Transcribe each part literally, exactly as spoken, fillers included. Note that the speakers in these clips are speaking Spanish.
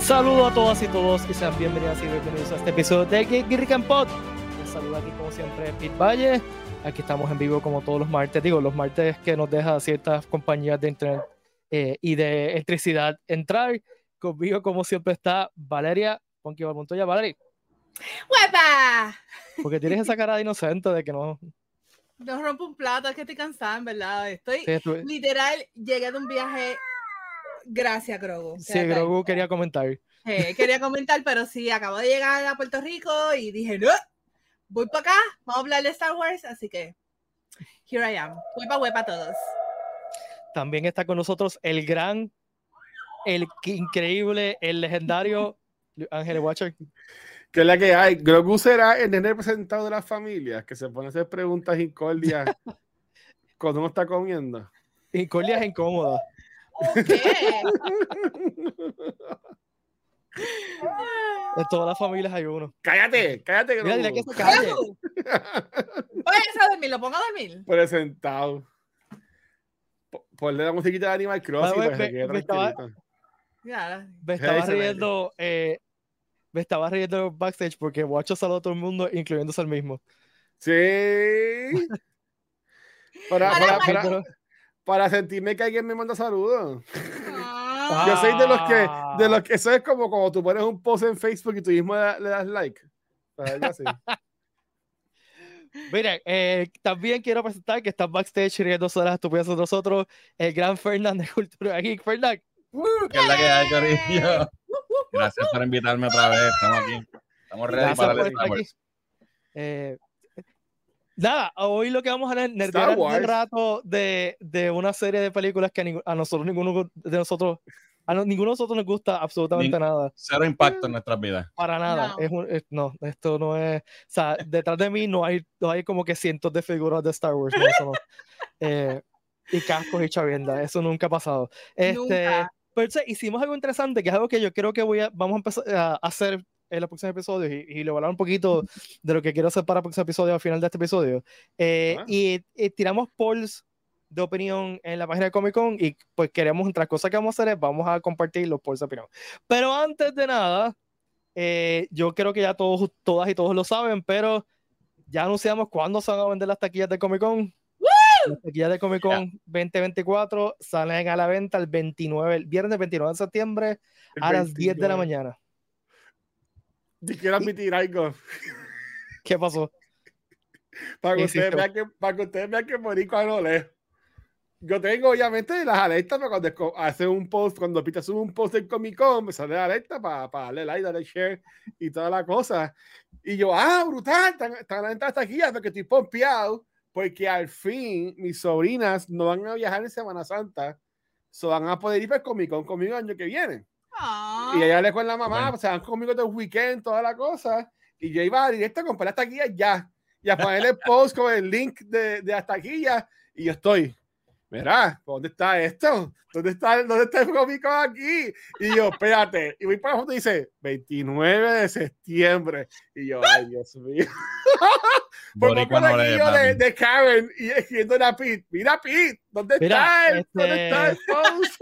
Saludos a todas y todos y sean bienvenidas y bienvenidos a este episodio de Geek and Pod. Les saluda aquí como siempre Pete Valle. Aquí estamos en vivo como todos los martes, digo los martes que nos deja ciertas compañías de internet eh, y de electricidad entrar. Conmigo como siempre está Valeria Ponky Montoya. Valeria, ¡Huepa! porque tienes esa cara de inocente de que no... No rompo un plato, es que estoy cansada, en verdad. Estoy Sí, estuve... literal, llegué de un viaje. Gracias, Grogu. Sí, Grogu quería comentar. Eh, quería comentar, pero sí, acabo de llegar a Puerto Rico y dije, no, voy para acá, vamos a hablar de Star Wars, así que here I am. Huepa, huepa a todos. También está con nosotros el gran, el increíble, el legendario Ángel Watcher. Que es la que hay. Grogu será el nene representado de las familias que se pone a hacer preguntas incordias cuando uno está comiendo. Incordias e incómodas. ¿Qué? En todas las familias hay uno. Cállate, cállate, Grogu. Mira, dile que se calle. Váyase a dormir, lo pongo a dormir. Presentado. Ponle la musiquita de Animal Crossing. Ah, para me, que quede me, estaba, Ya. me estaba riendo eh, me estaba riendo backstage porque Watcho saludó a todo el mundo, incluyéndose al mismo. Sí. Para, para, para, para, para sentirme que alguien me manda saludos. Ah. Yo soy de los que, de los que, eso es como cuando tú pones un post en Facebook y tú mismo le, le das like. Así. Mira, eh, también quiero presentar que está backstage riéndose de las estupideces de nosotros, el gran Fernand de Cultura Geek. Fernand. ¿Qué es la que hay, corillo? Gracias por invitarme otra vez. Estamos aquí. Estamos ready Gracias para por el estar Star aquí. Wars. Eh, nada, hoy lo que vamos a nerdear un rato de, de una serie de películas que a, ning- a nosotros, ninguno de nosotros, a no, ninguno de nosotros nos gusta absolutamente Ning- nada. Cero impacto en nuestras vidas. Para nada. No. Es un, es, no, esto no es. O sea, detrás de mí no hay, no hay como que cientos de figuras de Star Wars. No, eso no. Eh, y cascos y chavienda. Eso nunca ha pasado. Este, Nunca. Pero sí, hicimos algo interesante, que es algo que yo creo que voy a, vamos a empezar a hacer en los próximos episodios y, y le voy a hablar un poquito de lo que quiero hacer para el próximo episodio al final de este episodio. Eh, Ah. y, y tiramos polls de opinión en la página de Comic Con y pues queremos, entre las cosas que vamos a hacer es vamos a compartir los polls de opinión. Pero antes de nada, eh, yo creo que ya todos, todas y todos lo saben, pero ya anunciamos cuándo se van a vender las taquillas de Comic Con. Las taquillas de Comic Con yeah. veinte veinticuatro salen a la venta el veintinueve, el viernes veintinueve de septiembre el a las diez de la mañana. Yo quiero admitir y... algo. ¿Qué pasó? Para que ustedes vean que, para que ustedes vean que morí cuando leo. Yo tengo obviamente las alertas para cuando hace un post, cuando Pita sube un post en Comic Con, me sale la alerta para, para darle like, darle share y toda la cosa. Y yo, ah, brutal, están, están a la venta las taquillas porque estoy pompeado. Porque al fin mis sobrinas no van a viajar en Semana Santa, so van a poder ir para el Comic Con conmigo el año que viene. Oh. Y ella le con la mamá, bueno. Se van conmigo todo el weekend, toda la cosa. Y yo iba directo a comprar las taquillas ya. Y a ponerle el post con el link de, de las taquillas. Y yo estoy, mira, ¿dónde está esto? ¿Dónde está, ¿Dónde está el Comic Con aquí? Y yo, espérate. Y voy para abajo y dice, veintinueve de septiembre. Y yo, ay, Dios mío. Por poco no le de, de Karen y escribiendo a Pete. Mira, Pete, ¿dónde Mira, está el, este... ¿dónde está el post?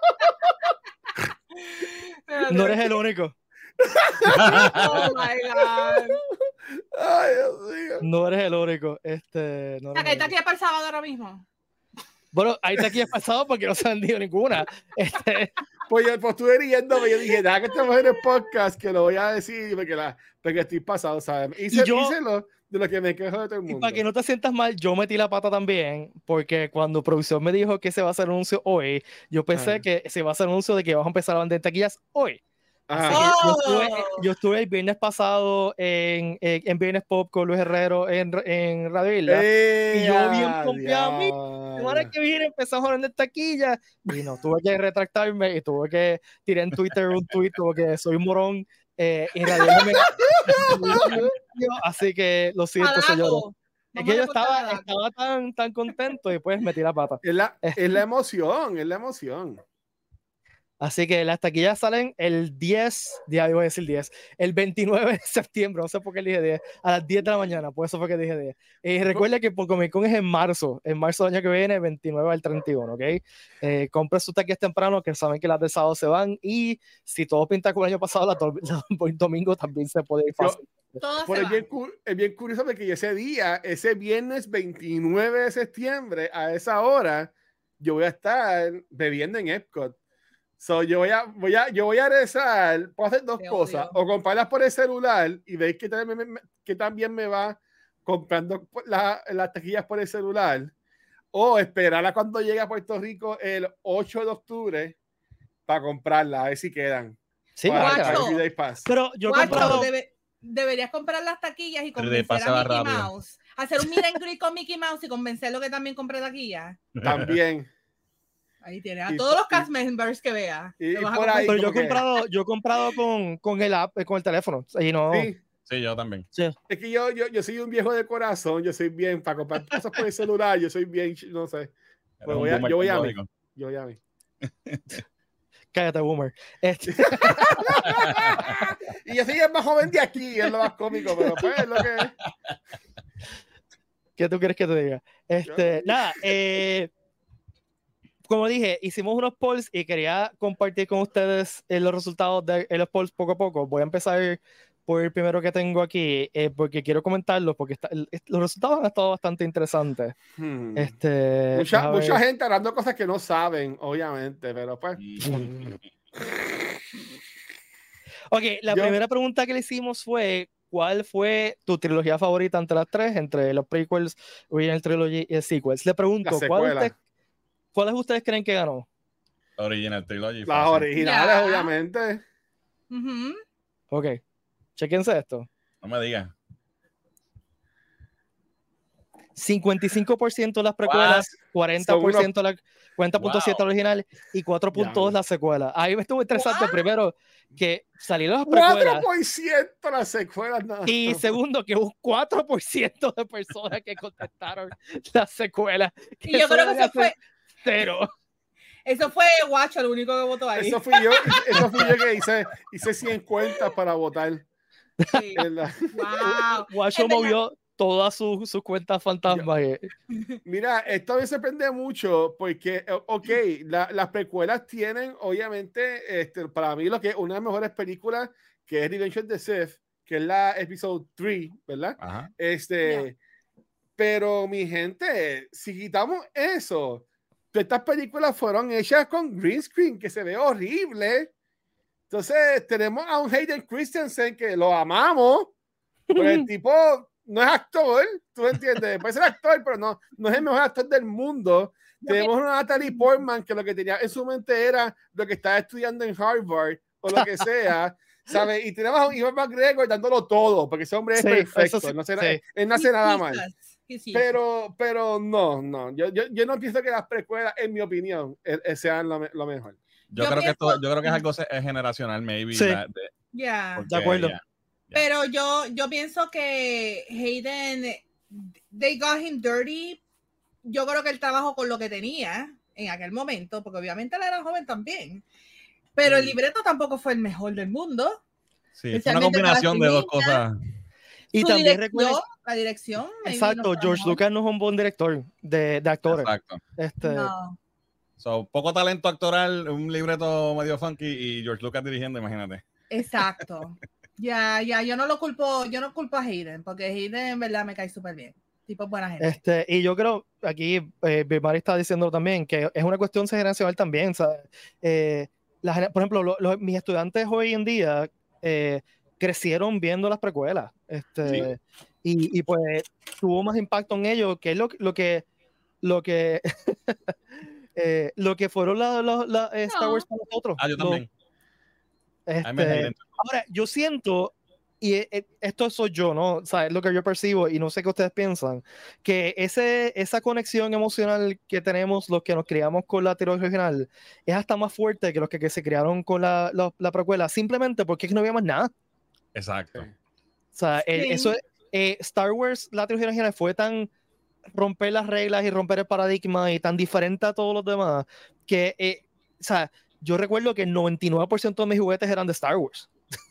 No eres el único. Oh my God. Ay, Dios mío. No eres el único. Este, no ¿Está aquí para el sábado ahora mismo? Bueno, ahí está aquí pasado porque no se han dicho ninguna. Este... Pues yo pues, estuve riéndome. Yo dije, nada, que estamos en el podcast que lo voy a decir porque, la, porque estoy pasado, ¿sabes? Hice, y yo, hice lo, de lo que me quejo de todo el mundo. Y para que no te sientas mal, yo metí la pata también porque cuando producción me dijo que se va a hacer un anuncio hoy, yo pensé ah. que se va a hacer un anuncio de que vamos a empezar a vender taquillas hoy. Así que yo, estuve, yo estuve el viernes pasado en, en, en Viernes Pop con Luis Herrero en, en Radio Isla eh, y yo bien confiado a mí, la semana que viene empezamos a vender taquillas y no, tuve que retractarme y tuve que tirar en Twitter un tweet como que soy un morón eh, y Radio me... así que lo siento señores. Es que yo estaba, estaba tan, tan contento y pues metí la pata. Es la, es la emoción, es la emoción. Así que las taquillas salen el diez, ya iba a decir diez, el veintinueve de septiembre, no sé por qué dije diez, a las diez de la mañana, por eso fue que dije diez. Y recuerda que por Comic Con es en marzo, en marzo del año que viene, veintinueve al treinta y uno, ¿ok? Eh, compre sus taquillas temprano, que saben que las de sábado se van, y si todo pinta como el año pasado, la, la, el domingo también se puede ir fácil. Todo es, bien, es bien curioso porque ese día, ese viernes veintinueve de septiembre, a esa hora, yo voy a estar bebiendo en Epcot. So, yo voy a, voy a, yo voy a regresar, puedo hacer dos Te cosas, odio. o comprarlas por el celular y veis que también me, que también me va comprando las la taquillas por el celular, o esperar a cuando llegue a Puerto Rico el ocho de octubre para comprarlas, a ver si quedan. Sí, para, para para pero yo he Guacho, comprado... debe, deberías comprar las taquillas y convencer Pass a Mickey rápido. Mouse, hacer un meet and greet con Mickey Mouse y convencerlo que también compre taquillas. También. Ahí tienes a Y, todos los cast y, members que vea. Y, y por ahí, pero yo he que... comprado, yo he comprado con, con el app, con el teléfono. Y no... Sí. Sí, yo también. Sí. Es que yo, yo, yo soy un viejo de corazón, yo soy bien, para comprar cosas por el celular, yo soy bien, no sé. Pues voy a, yo voy a mí. Yo voy a mí. Cállate, boomer. Este... y yo soy el más joven de aquí, es lo más cómico, pero pues es lo que es. ¿Qué tú quieres que te diga? Este, yo... Nada, eh... como dije, hicimos unos polls y quería compartir con ustedes eh, los resultados de eh, los polls poco a poco. Voy a empezar por el primero que tengo aquí, eh, porque quiero comentarlos, porque está, el, los resultados han estado bastante interesantes. Hmm. Este, mucha mucha gente hablando cosas que no saben, obviamente, pero pues... Ok, la Yo... primera pregunta que le hicimos fue, ¿cuál fue tu trilogía favorita entre las tres? Entre los prequels, original trilogy y el sequels. Le pregunto, ¿cuál usted... ¿cuáles ustedes creen que ganó? Original Trilogy. Las fácil. originales, yeah. obviamente. Uh-huh. Ok. Chequense esto. No me digas. cincuenta y cinco por ciento las precuelas, What? cuarenta por ciento so, la, cuarenta punto siete wow. original y cuatro punto dos yeah. la secuela. Ahí me estuvo interesante. What? Primero, que salieron las precuelas. cuatro por ciento las secuelas. No. Y segundo, que hubo cuatro por ciento de personas que contestaron las secuelas. Y yo creo que eso fue... Cero. Eso fue Guacho, el único que votó ahí. Eso fui yo, eso fui yo que hice, hice cien cuentas para votar. Sí. Wow. Guacho movió todas sus su cuentas fantasmas. Yo, mira, esto me sorprende mucho porque, ok, la, las precuelas tienen, obviamente, este, para mí lo que es una de las mejores películas, que es Revenge of the Sith, que es la episodio tres, ¿verdad? Ajá. Este, yeah. Pero mi gente, si quitamos eso, estas películas fueron hechas con green screen, que se ve horrible. Entonces, tenemos a un Hayden Christensen que lo amamos, pero el tipo no es actor, tú entiendes, puede ser actor, pero no, no es el mejor actor del mundo. Tenemos una Natalie Portman que lo que tenía en su mente era lo que estaba estudiando en Harvard o lo que sea, ¿sabes? Y tenemos a un Ivan McGregor dándolo todo, porque ese hombre es sí, perfecto, sí, no, se, sí. él no hace nada mal. Pero, pero no, no, yo, yo, yo no pienso que las precuelas, en mi opinión, sean lo, lo mejor. Yo, yo creo pienso... que esto, yo creo que es algo es generacional, maybe. Sí. De, yeah. de acuerdo. Yeah, yeah. Pero yo, yo pienso que Hayden, they got him dirty. Yo creo que él trabajó con lo que tenía en aquel momento, porque obviamente él era joven también. Pero mm. el libreto tampoco fue el mejor del mundo. Sí, fue una combinación de dos cosas. Y Su también recuerdo la dirección. Exacto, no George Lucas no es un buen director de, de actores. Exacto. Este, no. So, poco talento actoral, un libreto medio funky y George Lucas dirigiendo, imagínate. Exacto. Ya, ya, yo no lo culpo, yo no culpo a Hayden, porque Hayden en verdad me cae súper bien. Tipo buena gente. Este, y yo creo, aquí eh, Bimari está diciendo también, que es una cuestión generacional también. ¿Sabes? Eh, la, por ejemplo, lo, lo, mis estudiantes hoy en día eh, crecieron viendo las precuelas. Este, sí. y, y pues tuvo más impacto en ellos, que es lo, lo que lo que eh, lo que fueron la, la, la eh, Star Wars para nosotros. Ah, yo también. Lo, este, ahora, yo siento, y eh, esto soy yo, ¿no? O sea, es lo que yo percibo y no sé qué ustedes piensan, que ese, esa conexión emocional que tenemos los que nos criamos con la trilogía original es hasta más fuerte que los que, que se criaron con la, la, la precuela, simplemente porque es que no había más nada. Exacto. O sea, sí. el, eso eh, Star Wars, la trilogía original fue tan romper las reglas y romper el paradigma y tan diferente a todos los demás que, eh, o sea, yo recuerdo que el noventa y nueve por ciento de mis juguetes eran de Star Wars.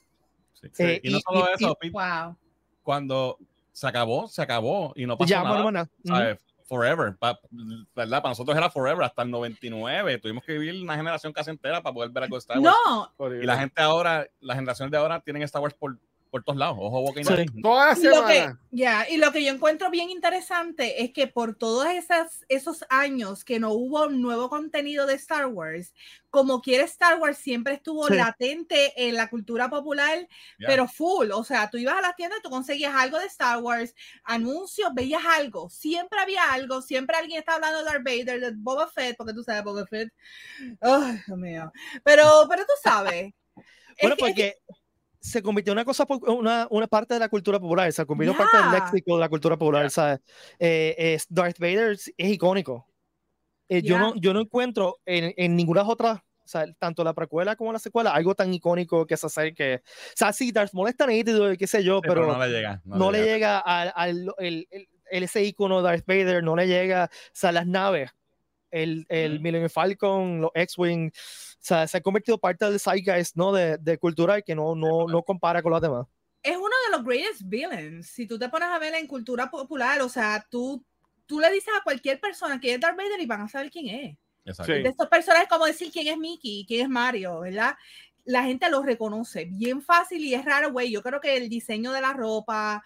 Sí, sí. Eh, y no solo y, eso, y, wow. Cuando se acabó, se acabó y no pasó ya, nada. Bueno, ¿sabes? Mm-hmm. Forever, pa, ¿verdad? Para nosotros era forever hasta el noventa y nueve. Tuvimos que vivir una generación casi entera para poder ver algo de Star Wars. No. Y la gente ahora, las generaciones de ahora tienen Star Wars por, por todos lados. Ojo, Walking sí. Toda la semana. Ya, yeah, y lo que yo encuentro bien interesante es que por todos esas, esos años que no hubo nuevo contenido de Star Wars, como quiere Star Wars siempre estuvo sí. latente en la cultura popular, yeah. pero full. O sea, tú ibas a la tienda y tú conseguías algo de Star Wars, anuncios, veías algo. Siempre había algo, siempre alguien estaba hablando de Darth Vader, de Boba Fett, porque tú sabes Boba Fett. Ay, Dios mío. Pero, pero tú sabes. Bueno, es porque... Es que, se convirtió en una cosa, una, una parte de la cultura popular, se convirtió en yeah. parte del léxico de la cultura popular, yeah. ¿sabes? Eh, es Darth Vader es, es icónico. Eh, yeah. yo, no, yo no encuentro en, en ninguna otra, o sea, tanto la precuela como la secuela, algo tan icónico que se acerque. O sea, sí, Darth Maul está nítido, qué sé yo, sí, pero, pero no le llega. No, no le le llega, llega al, al el, el, el, ese icono de Darth Vader, no le llega, o sea, las naves, el, el mm-hmm. Millennium Falcon, los X-Wing, o sea, se ha convertido parte del zeitgeist, ¿no? De, de cultural que no, no, no compara con los demás. Es uno de los greatest villains. Si tú te pones a ver en cultura popular, o sea, tú, tú le dices a cualquier persona que es Darth Vader y van a saber quién es. Exacto. De estos personajes, como decir quién es Mickey, quién es Mario, ¿verdad? La gente los reconoce bien fácil y es raro, güey. Yo creo que el diseño de la ropa,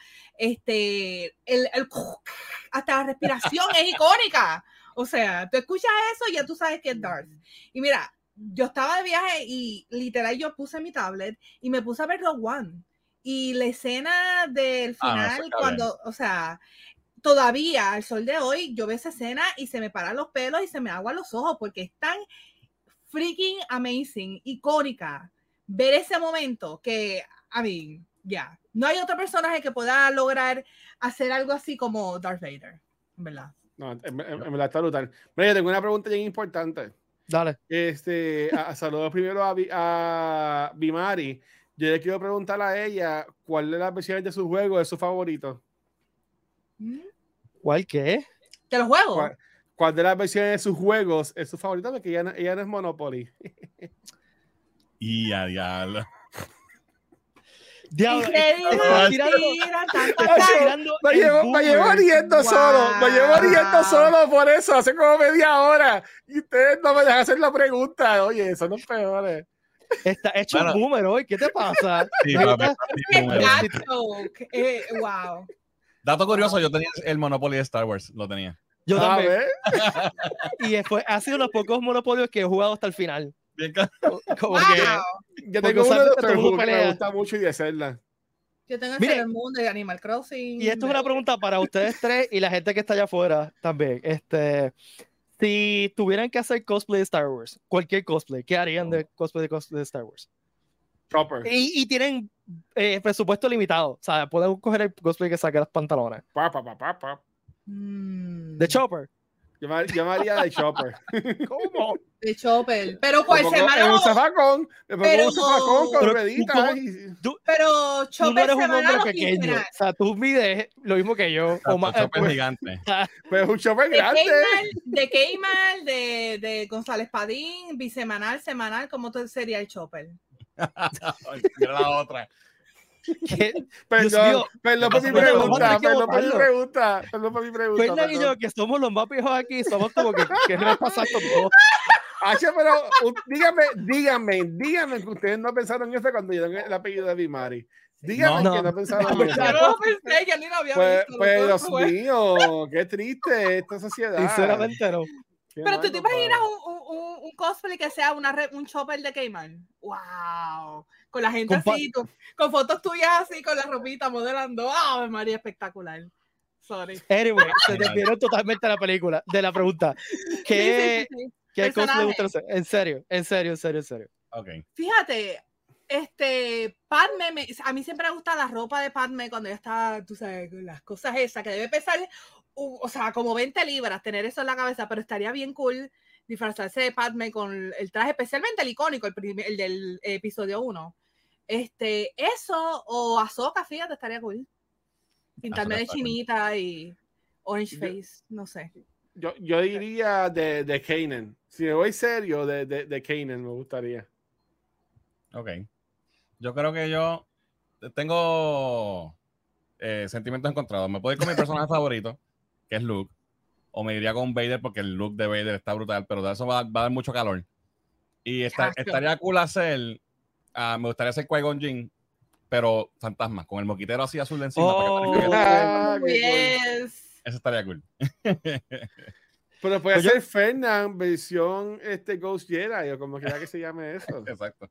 este, el, el hasta la respiración es icónica. O sea, tú escuchas eso y ya tú sabes que es Darth. Y mira, yo estaba de viaje y literal yo puse mi tablet y me puse a ver Rogue One. Y la escena del final, ah, cuando, bien. o sea, todavía al sol de hoy, yo veo esa escena y se me paran los pelos y se me aguan los ojos porque es tan freaking amazing, icónica, ver ese momento que, I mean, ya, yeah, no hay otro personaje que pueda lograr hacer algo así como Darth Vader, en verdad. No, en, en, en verdad está brutal. Mira, yo tengo una pregunta bien importante. Dale. Este, a, a saludos primero a, a Bimari. Yo le quiero preguntar a ella cuál de las versiones de sus juegos es su favorito. ¿Cuál qué? ¿De los juegos? ¿Cuál, cuál de las versiones de sus juegos es su favorito? Porque ella no, ella no es Monopoly. Y a diablo. Diablo, me llevo, me llevo riendo wow. solo, me llevo riendo solo por eso, hace como media hora y ustedes no me dejan hacer la pregunta. Oye, son los peores. Está hecho bueno. un boomer hoy, ¿qué te pasa? Sí, papi, eh, wow. Dato curioso, yo tenía el Monopoly de Star Wars, lo tenía. Yo también. Y después ha sido unos pocos monopolios que he jugado hasta el final. Bien, como wow. que yo tengo uno de Doctor Who que me gusta mucho y de Zelda. Yo tengo el Sailor Moon de Animal Crossing. Y esto es una pregunta para ustedes tres y la gente que está allá afuera también. Este, si tuvieran que hacer cosplay de Star Wars, cualquier cosplay, ¿qué harían de cosplay de, cosplay de Star Wars? Chopper. Y, y tienen eh, presupuesto limitado. O sea, pueden coger el cosplay que saque los pantalones. Pa, pa, pa, pa, pa. Mm. De Chopper. Yo me, yo me haría de Chopper. ¿Cómo? De Chopper. Pero cuál se llama. Es un zafacón. Me pongo pero, un zafacón con pero, rueditas. Y... Tú, pero Chopper tú no eres se un hombre pequeño. O sea, tú mides lo mismo que yo. O más, Chopper pues, gigante. Pues un Chopper de grande. Keimal, de Keimal, de, de González Padín, bisemanal, semanal, ¿cómo sería el Chopper? Mira la otra. Perdón, perdón por mi pregunta, perdón por mi pregunta, perdón por mi pregunta. Fernan y yo, que somos los más viejos aquí, somos como que, ¿qué nos pasa con todo? Hacha, pero uh, dígame, dígame, dígame que ustedes no pensaron en eso cuando dieron el apellido de Bimari. Dígame no, que no, no pensaron en eso. Yo no lo pensé, ya ni lo había pues, visto. Pues, Dios mío, qué triste esta sociedad. Sinceramente no. Qué pero tú te imaginas papá. un, un, un cosplay que sea una re, un Chopper de Cayman. ¡Wow! Con la gente Compa así, con, con fotos tuyas así, con la ropita modelando. ¡Ah, oh, María, espectacular! Sorry. Anyway, se desviaron totalmente de la película, de la pregunta. ¿Qué, sí, sí, sí. ¿qué cosplay le gusta hacer? En serio, en serio, en serio, en serio. Okay. Fíjate, este, Padme, me, a mí siempre me gusta la ropa de Padme cuando ella está, tú sabes, las cosas esas, que debe pesar, uh, o sea, como veinte libras, tener eso en la cabeza, pero estaría bien cool disfrazarse de Padme con el traje, especialmente el icónico, el, primer, el del episodio uno. Este, eso, o Ahsoka, fíjate, estaría cool. Pintarme de chinita y orange face, no sé. Yo, yo diría de, de Kanan. Si me voy serio, de, de, de Kanan me gustaría. Ok. Yo creo que yo tengo eh, sentimientos encontrados. Me puedo ir con mi personaje favorito, que es Luke. O me iría con Vader porque el look de Vader está brutal, pero de eso va, va a dar mucho calor. Y está, estaría cool hacer, uh, me gustaría hacer Qui-Gon Jinn, pero fantasma, con el moquitero así azul de encima. Oh, para que ah, oh, yes. Eso estaría cool. Pero puede pues ser yo... Fernan versión este, Ghost Jedi o como quiera que se llame eso. Exacto.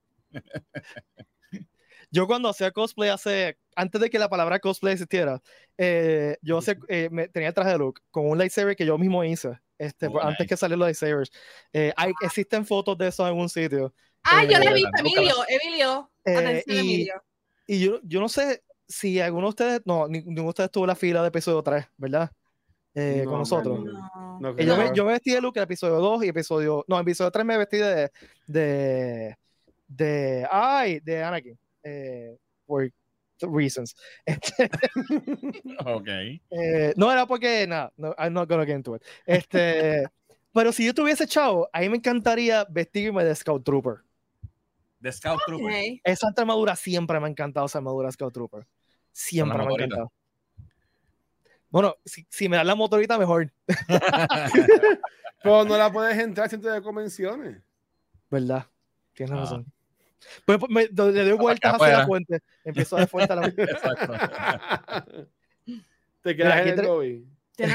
Yo cuando hacía cosplay hace, antes de que la palabra cosplay existiera, eh, yo hacía, eh, me, tenía el traje de Luke con un lightsaber que yo mismo hice, este, Oh, antes nice. que salieran los lightsabers. Eh, hay, existen fotos de eso en algún sitio. Ah, eh, yo la he visto, Emilio, Emilio. Eh, Atención, y, Emilio. Y yo, yo no sé si alguno de ustedes, no, ninguno de ustedes tuvo la fila de episodio tres, ¿verdad? Eh, No, con nosotros. No. No, Eh, yo, me, no. yo me vestí de Luke en episodio dos y episodio, no, en episodio tres me vestí de, de, de, ay, de Anakin. Eh, por reasons. Este, Ok. eh, no era porque, nada, no, I'm not gonna get into it. Este, pero si yo tuviese chavo, a mí me encantaría vestirme de Scout Trooper. De Scout Trooper. Okay. Esa armadura siempre me ha encantado, esa armadura Scout Trooper. Siempre me ha encantado. Bueno, si, si me dan la motorita, mejor. Pero no la puedes entrar centro de convenciones. ¿Verdad? Tienes Ah. razón. Pues, pues me, le doy vueltas hacia la fuente. Empiezo a dar vueltas a la fuente. Exacto. Te quedas Mira, en el te... lobby.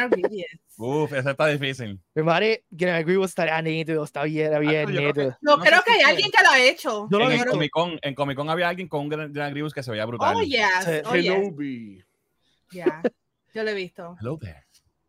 Uf, esa está difícil. Mi madre, que agree with estaría nítido, está bien, está bien, yo creo que- nítido. No, No creo sé que si hay fue- alguien que lo ha hecho. Yo lo En, he en visto. Comic Con, en Comic Con había alguien con un Gran Gran Grievous que se veía brutal. Oh, yes. Sí. Oh, yes. Kenobi. Yeah. Yo lo he visto. Hello there.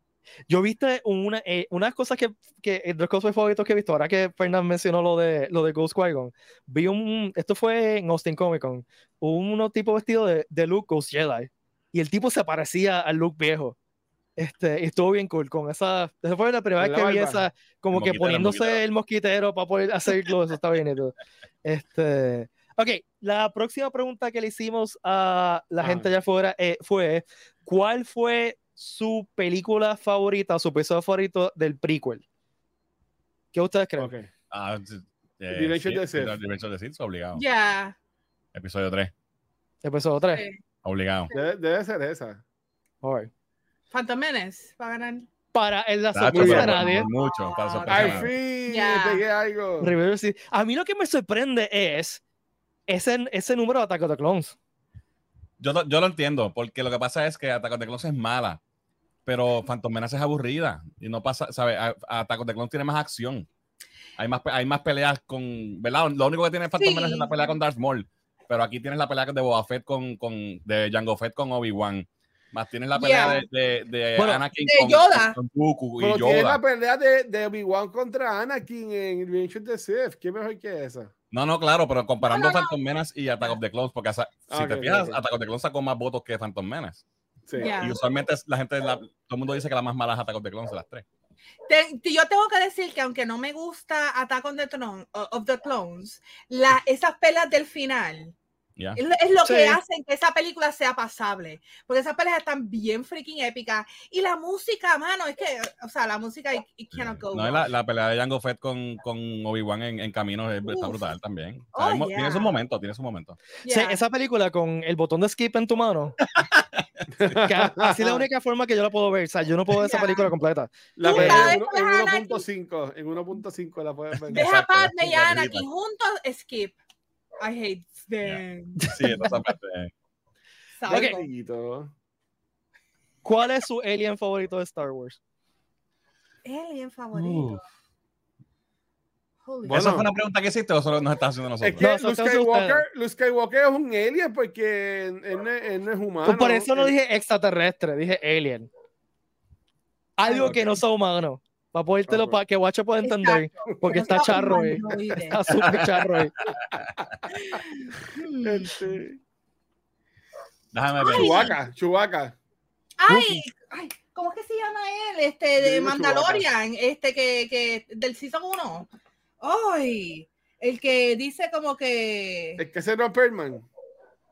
Yo viste una, eh, unas cosas que, que de los cosas favoritos que he visto, ahora que Fernan mencionó lo de, lo de Ghost Qui-Gon, vi un, esto fue en Austin Comic Con, un tipo vestido de, de Luke Ghost Jedi, y el tipo se parecía al Luke viejo. Este, y estuvo bien cool con esa, esa fue la primera Con vez la que vi barba. esa, como El que mosquitero, el poniéndose mosquitero. el mosquitero para poder hacerlo, eso está bien y todo. Este, ok, la próxima pregunta que le hicimos a la Ah. gente allá afuera eh, fue, ¿cuál fue su película favorita, su episodio favorito del prequel? ¿Qué ustedes creen? Ok. Ah, eh, Revenge of the sí, Sith. Revenge of the Sith, obligado. Yeah. Episodio tres, Episodio tres. Sí. obligado. Debe, debe ser esa. All right. Phantom Menace va a ganar. Para el la Tacho, sorpresa pero de por- nadie. Mucho, para sorpresa Al de nadie. fin, Ya. pegué algo. Revenge of the Sith. A mí lo que me sorprende es ese, ese número de Attack of the Clones. Yo, lo- yo lo entiendo, porque lo que pasa es que Attack of the Clones es mala, pero Phantom Menace es aburrida y no pasa, ¿sabes? A- a Attack of the Clones tiene más acción. Hay más, pe- hay más peleas con, ¿verdad? Lo único que tiene Phantom Sí. Menace es la pelea con Darth Maul, pero aquí tienes la pelea de Boba Fett con, con de Jango Fett con Obi-Wan. Más tienes la pelea Yeah. de, de, de Bueno, Anakin de con, Yoda. con Dooku y Pero tiene la Yoda. pelea de, de Obi-Wan contra Anakin en Revenge of the Sith. ¿Qué mejor que esa? No, no, claro, pero comparando No, no, no. Phantom Menace y Attack of the Clones, porque asa- si Ah, te ok, fijas, ok. Attack of the Clones sacó más votos que Phantom Menace. Sí. Ya. Y usualmente es- la gente, la- todo el mundo dice que la más mala es Attack of the Clones de las tres. Te- te- yo tengo que decir que aunque no me gusta Attack on the Throne, of the Clones, la, esas pelas del final ¿Ya? es, lo- es lo Sí. que hacen que esa película sea pasable, porque esas peleas están bien freaking épicas y la música, mano, es que, o sea, la música it, it cannot go No, y wrong. la, la pelea de Jango Fett con, con Obi-Wan en, en camino es, está Uf. brutal también. O Oh, sea, hay mo- yeah. Tiene su momento, tiene su momento. Yeah. Sí, esa película con el botón de skip en tu mano. que a- así es la única forma que yo la puedo ver. O sea, yo no puedo ver esa Ya. película completa. La Tú ves cada en, vez uno- que en ves a uno Anakin- punto cinco. En uno punto cinco la puedes ver. Deja a Exacto, Padme y a arriba. Anakin juntos, skip. I hate them. Sí, exactamente. Salgo. Chiquito. ¿Cuál es su alien favorito de Star Wars? Alien favorito. Uf. Holy Bueno, ¿Esa fue una pregunta que hiciste o solo nos estás haciendo Es nosotros? que No, eso Luke está Skywalker, ustedes. Luke Skywalker es un alien porque él, no es- él no es humano. Pues por eso no Él- dije extraterrestre, dije alien. Algo Ok. que no sea humano. Para podértelo, Ok. para que Guacho pueda entender. Exacto. Porque No está está charro ahí. humanoide. Está súper charro ahí. Hmm. Este, Déjame ver. Chewbacca, Chewbacca. Ay, ay, ¿cómo es que se llama él? Este, Yo de digo Mandalorian, este que, que, del Season uno. Ay, el que dice como que. Es que se no Perman.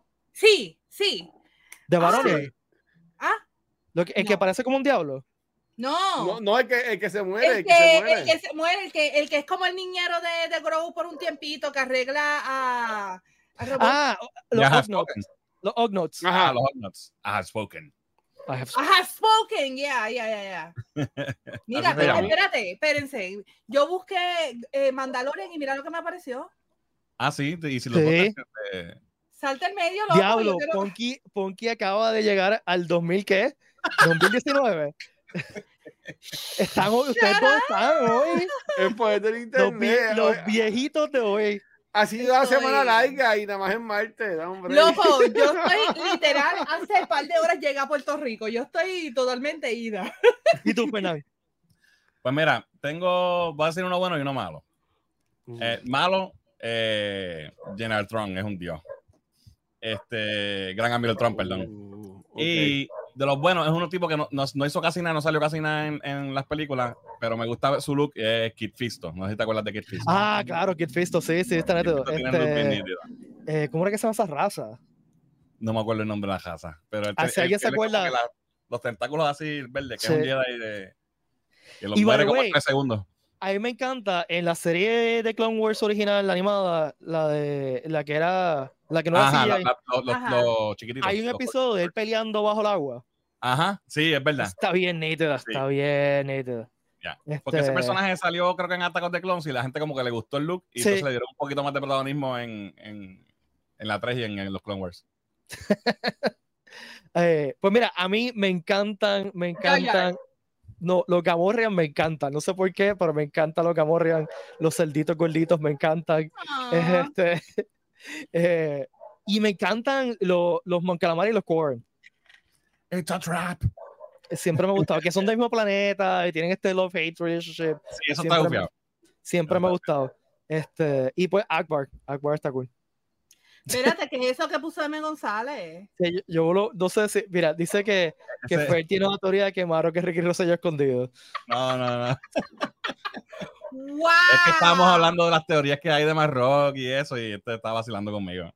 Sí, sí. De Ah. varones. Ah, Lo que, el que No. parece como un diablo. No. No, no el, que, el que se muere. El, El que, que, se muere. el que se muere, el que, el que es como el niñero de, de Grogu por un tiempito, que arregla a... a ah, los Ognots. Los Ognots. Ah, los Ognots. I have spoken. I have, I have spoken, yeah, yeah, yeah, yeah. Mira, espérate, espérate, espérense. Yo busqué eh, Mandalorian y mira lo que me apareció. Ah, sí, y si lo sí. eh... Salta el medio, loco. Diablo, quiero... Ponky, Ponky acaba de llegar al dos mil, ¿qué? dos mil diecinueve. Están, ustedes todos están hoy. El poder del internet. Los, los viejitos de hoy. Ha sido una semana larga y nada más en Marte. Hombre. Loco, yo estoy literal, hace un par de horas llegué a Puerto Rico. Yo estoy totalmente ida. ¿Y tú, Fernando? Pues mira, tengo, voy a decir uno bueno y uno malo. Uh. Eh, malo, eh, General Tron es un dios. Este, Gran Admiral Tron, perdón. Uh, okay. Y de los buenos, es uno tipo que no, no, no hizo casi nada, no salió casi nada en, en las películas, pero me gusta su look, es Kit Fisto. No sé si te acuerdas de Kit Fisto. Ah, claro, Kit Fisto, sí, sí, está neto. Este, eh, ¿Cómo era que se llama esa raza? No me acuerdo el nombre de la raza, pero el, ah, si alguien se acuerda. La, los tentáculos así verdes, que sí. Es un Jedi de que los y muere como way, tres segundos. A mí me encanta en la serie de Clone Wars original, la animada, la de la que era la que no Ajá, era la, la, los, los, los chiquititos. Hay un episodio de él peleando bajo el agua. Ajá, sí, es verdad. Está bien nítida, sí. Está bien nítida. Yeah. Este... Porque ese personaje salió, creo que en Attack of the Clones y la gente como que le gustó el look y sí. Entonces le dieron un poquito más de protagonismo en, en, en la tres y en, en los Clone Wars. eh, pues mira, a mí me encantan, me encantan. Ya, ya. No, los Gamorrean me encantan, no sé por qué, pero me encantan los Gamorrean, los cerditos gorditos me encantan. Este, eh, y me encantan los, los Mon Calamari y los Quarren. It's a trap. Siempre me ha gustado, que son del mismo planeta y tienen este love-hate relationship. Sí, eso siempre está gufiado. Siempre no, me ha gustado. Este, y pues Akbar, Akbar está cool. Espérate, ¿qué es eso que puso M. González? Sí, yo, yo lo, no sé si, mira, dice que, que Fer tiene una teoría de que Maro que Ricky Rosselló escondido. No, no, no. Wow. Es que estábamos hablando de las teorías que hay de Marrock y eso, y este está vacilando conmigo.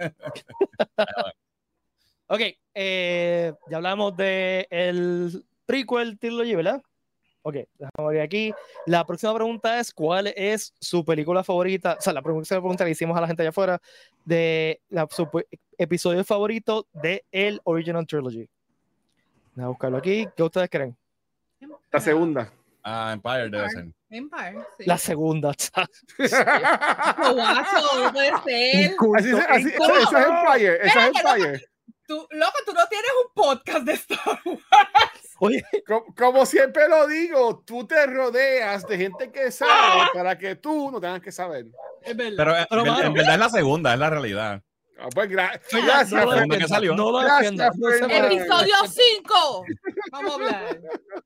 Ok, eh, ya hablamos de el prequel trilogy, ¿verdad? Ok, déjame ver aquí. La próxima pregunta es, ¿cuál es su película favorita? O sea, la próxima pregunta que hicimos a la gente allá afuera de la, su episodio favorito de el Original Trilogy. Voy a buscarlo aquí. ¿Qué ustedes creen? La segunda. Ah, Empire debe ser. Empire, sí. La segunda. No, guacho, no puede ser. Así, así, eso, eso es Empire, eso es Empire. Tú, loco, tú no tienes un podcast de Star Wars. Oye, como, como siempre lo digo, tú te rodeas de gente que sabe ¡ah! Para que tú no tengas que saber. Es verdad. Pero, Pero en, en verdad es la segunda, es la realidad. Ah, pues gra no, gracias, no, Fernanda. que salió. No lo gracias, Fernanda. Episodio cinco. Vamos a hablar.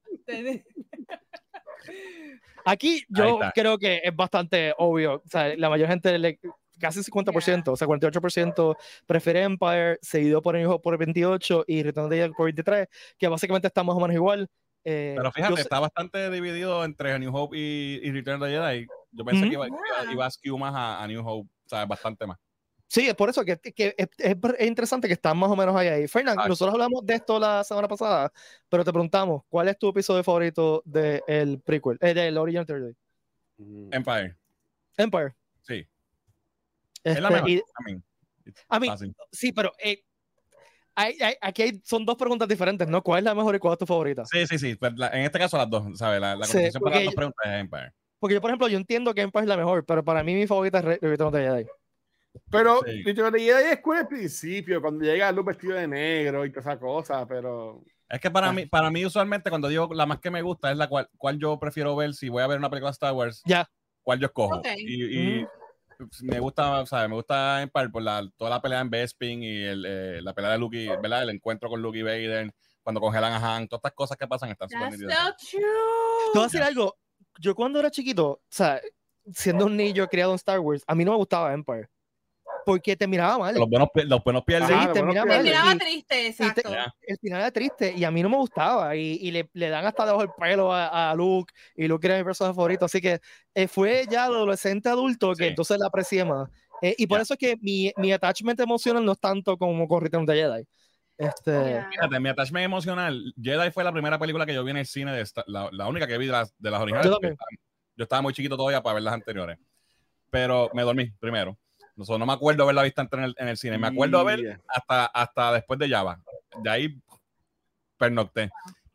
Aquí yo creo que es bastante obvio. O sea, la mayor gente le casi cincuenta por ciento, yeah. O sea, cuarenta y ocho por ciento prefiere Empire, seguido por New Hope por veintiocho y Return of the Jedi por veintitrés, que básicamente está más o menos igual. Eh, Pero fíjate, está bastante dividido entre New Hope y, y Return of the Jedi. Yo pensé mm-hmm. que iba, iba, iba a skew más a, a New Hope, o sea, bastante más. Sí, es por eso que, que es, es, es interesante que están más o menos ahí. ahí. Fernando, nosotros hablamos de esto la semana pasada, pero te preguntamos, ¿cuál es tu episodio favorito del prequel, eh, del Original Trilogy? Empire. Empire. Sí. Este, es la mejor. Y, I mean, I mean, sí, pero eh, hay, hay, aquí hay, son dos preguntas diferentes, ¿no? ¿Cuál es la mejor y cuál es tu favorita? Sí, sí, sí. Pues la, en este caso las dos, ¿sabes? La, la sí, conversación para las dos yo, preguntas es Empire. Porque yo, por ejemplo, yo entiendo que Empire es la mejor, pero para mí mi favorita es Return of the Jedi. Pero sí. Return of the Jedi es cool al principio, cuando llega Luke vestido de negro y toda esa cosa, pero... Es que para ah. mí, para mí usualmente cuando digo la más que me gusta es la cual, cual yo prefiero ver si voy a ver una película de Star Wars. Ya. ¿Cuál yo escojo? Okay. Y... y mm. me gusta, ¿sabes? Me gusta Empire por la, toda la pelea en Bespin y el, eh, la pelea de Luke, y, ¿verdad? El encuentro con Luke y Vader, cuando congelan a Han, todas estas cosas que pasan están súper nítidas. So te voy a decir algo, yo cuando era chiquito, o sea, siendo un niño criado en Star Wars, a mí no me gustaba Empire. Porque te miraba mal. Los buenos, los buenos pierden. Sí, te miraba mal. Te miraba triste, exacto. Te, yeah. El final era triste y a mí no me gustaba. Y, y le, le dan hasta debajo el pelo a, a Luke y Luke era mi personaje favorito. Así que eh, fue ya adolescente adulto que sí. Entonces la aprecié más. Eh, y por yeah. eso es que mi, mi attachment emocional no es tanto como con Return of the Jedi. Este... Yeah. Fíjate, mi attachment emocional, Jedi fue la primera película que yo vi en el cine, de esta, la, la única que vi de las, de las originales. Yo Yo también. estaba, yo estaba muy chiquito todavía para ver las anteriores. Pero me dormí primero. No, so, no me acuerdo haberla visto en el, en el cine. Me acuerdo Yeah. haber hasta, hasta después de Java. De ahí pernocté.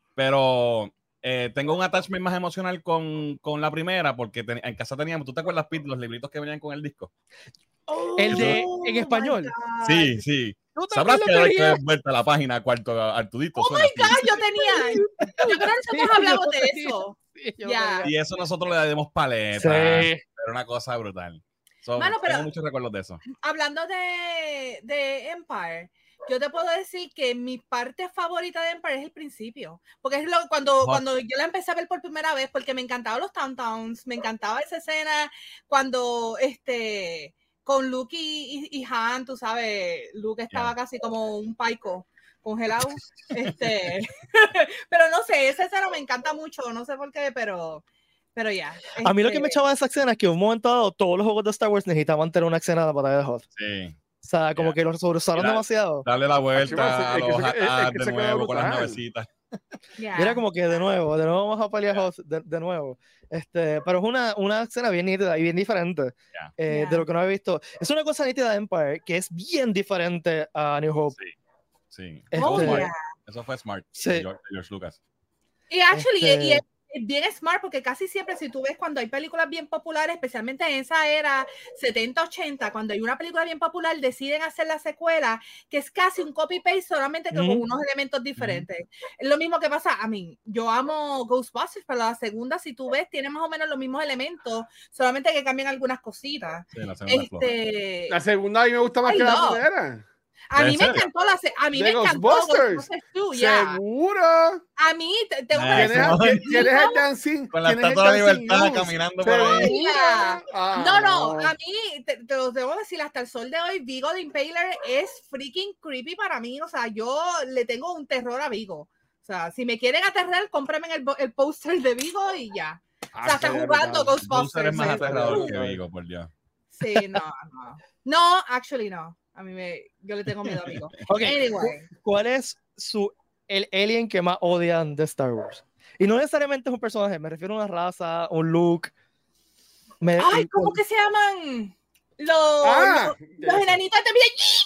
Pero eh, tengo un attachment más emocional con, con la primera porque ten, en casa teníamos, ¿tú te acuerdas, Pete, los libritos que venían con el disco? El de Oh, en my español. God. Sí, sí. Yo Sabrás también que lo hay que tenía. dar vuelta a la página cuarto Artudito. Oh my God, yo tenía. Yo creo que nosotros Sí, hablamos yo de tenía. eso. Sí, yo Ya. tenía. Y eso nosotros le dimos paleta. Sí. Era una cosa brutal. So, Mano, pero- tengo muchos recuerdos de eso. Hablando de, de Empire, yo te puedo decir que mi parte favorita de Empire es el principio, porque es lo, cuando, Hot. cuando yo la empecé a ver por primera vez, porque me encantaban los Towntowns, me encantaba esa escena cuando este con Luke y, y, y Han, tú sabes, Luke estaba Yeah. casi como un paico congelado, este, pero no sé, esa escena me encanta mucho, no sé por qué, pero pero ya. A mí lo que me este, echaba de esa escena es que en un momento dado todos los juegos de Star Wars necesitaban tener una escena de la batalla de Hoth. Sí. O sea, como Yeah. que los sobreusaron Mira, demasiado. Darle la vuelta a Es que los se- es- es hat que de se quedó nuevo con las brutal. navecitas. ya. Era como que de nuevo, de nuevo vamos a pelear Yeah. Hoth, de, de nuevo. Este, pero es una, una escena bien nítida y bien diferente Yeah. eh, Yeah. de lo que no había visto. Es una cosa nítida de Empire que es bien diferente a New Hope. Sí. Sí. Este, Oh, Eso fue- yeah. Eso fue smart. Sí. De George, de George Lucas. Y actually, Este- y es, es bien smart porque casi siempre si tú ves cuando hay películas bien populares, especialmente en esa era setenta ochenta, cuando hay una película bien popular, deciden hacer la secuela, que es casi un copy-paste solamente que Ujú. con unos elementos diferentes. Es lo mismo que pasa a mí. Yo amo Ghostbusters, pero la segunda, si tú ves, tiene más o menos los mismos elementos, solamente que cambian algunas cositas. Sí, la segunda es floja. Este, La segunda a mí me gusta más I que la love. primera. a mí ¿En me serio? encantó la se- a mí De me encantó Ghostbusters. Ghostbusters two, yeah. Seguro. A mí te- tengo Ah, que ¿Quién eso es, no. quién- quién es el dancing? Con la ¿Quién es el estatua de dancing libertad moose? caminando por ahí. ¿Seguro? Yeah. Ah, No, no, a mí, te, te lo debo decir, hasta el sol de hoy, Vigo the Impaler es freaking creepy para mí. O sea, yo le tengo un terror a Vigo. O sea, si me quieren aterrar, cómprenme el, bo- el póster de Vigo y ya. Ah, O sea, está sería jugando brutal. Ghostbusters. Bowser es más ¿eh? aterrador Uh, que Vigo, por Dios. Sí, no, no. No, actually no. A mí me, yo le tengo miedo a Vigo. Ok, Anyway. ¿cuál es su, el alien que más odian de Star Wars? Y no necesariamente es un personaje, me refiero a una raza, un look. Me- Ay, ¿cómo que se llaman? Los, Ah, los, los enanitos también.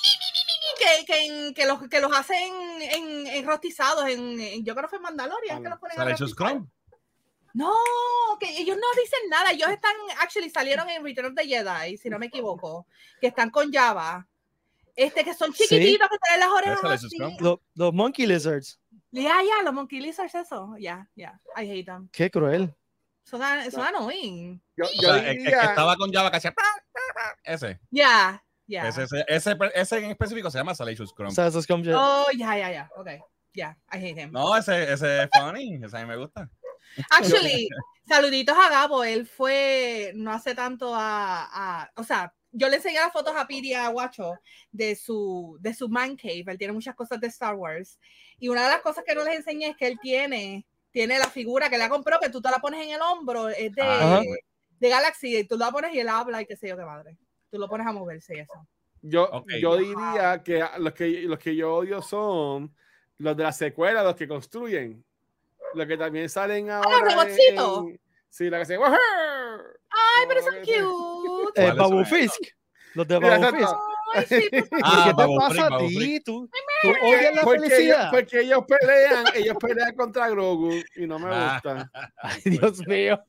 Que, que, que, los, que los hacen en, en rostizados. En, en- yo creo que fue en Mandalorian que los ponen a Sale Chus rostizar. Chrome. No, que ellos no dicen nada. Ellos están, actually, salieron en Return of the Jedi, si no me equivoco, que están con Java. Este, que son Sí. chiquititos, que tienen las orejas Sale así. Chus Chrome. Los, los Monkey Lizards. Ya, ya, los Monkey Lizards, eso. Ya, ya. I hate them. Qué cruel. Son, a- son annoying. Yo, O yo sea, el, el que diría, estaba con Java que hacía ese. Ya, ya. Ese, ese, ese, ese en específico se llama Salacious Chrome. O sea, esos como- Oh, ya, ya, ya. Ok. Ya, I hate him. No, ese, ese es funny. Ese a mí me gusta. Actually, saluditos a Gabo. Él fue no hace tanto a, a o sea, yo le enseñé las fotos a Piri y a Guacho de su, de su man cave. Él tiene muchas cosas de Star Wars. Y una de las cosas que no les enseñé es que él tiene, tiene la figura que le ha comprado, que tú te la pones en el hombro, es de, Ajá. de Galaxy, y tú la pones y él habla y qué sé yo qué madre. Tú lo pones a moverse y eso. yo, Ok. yo diría que los que los que yo odio son los de la secuela, los que construyen. Los que también salen ahora. los robotcitos. en- Sí, la que se. ¡Woohoo! Ay, pero Oh, son que- cute. Eh, ¿Cuáles Babu son? Fisk. Los de Mira, Babu exacto. Fisk. Ay, sí, pues, Ah, ¿Qué te Babu pasa Frick, a Babu ti? Frick. ¿Tú, tú odias la Porque ellos, felicidad? porque ellos pelean, ellos pelean contra Grogu y no me Ah. gusta. Ay, Dios mío.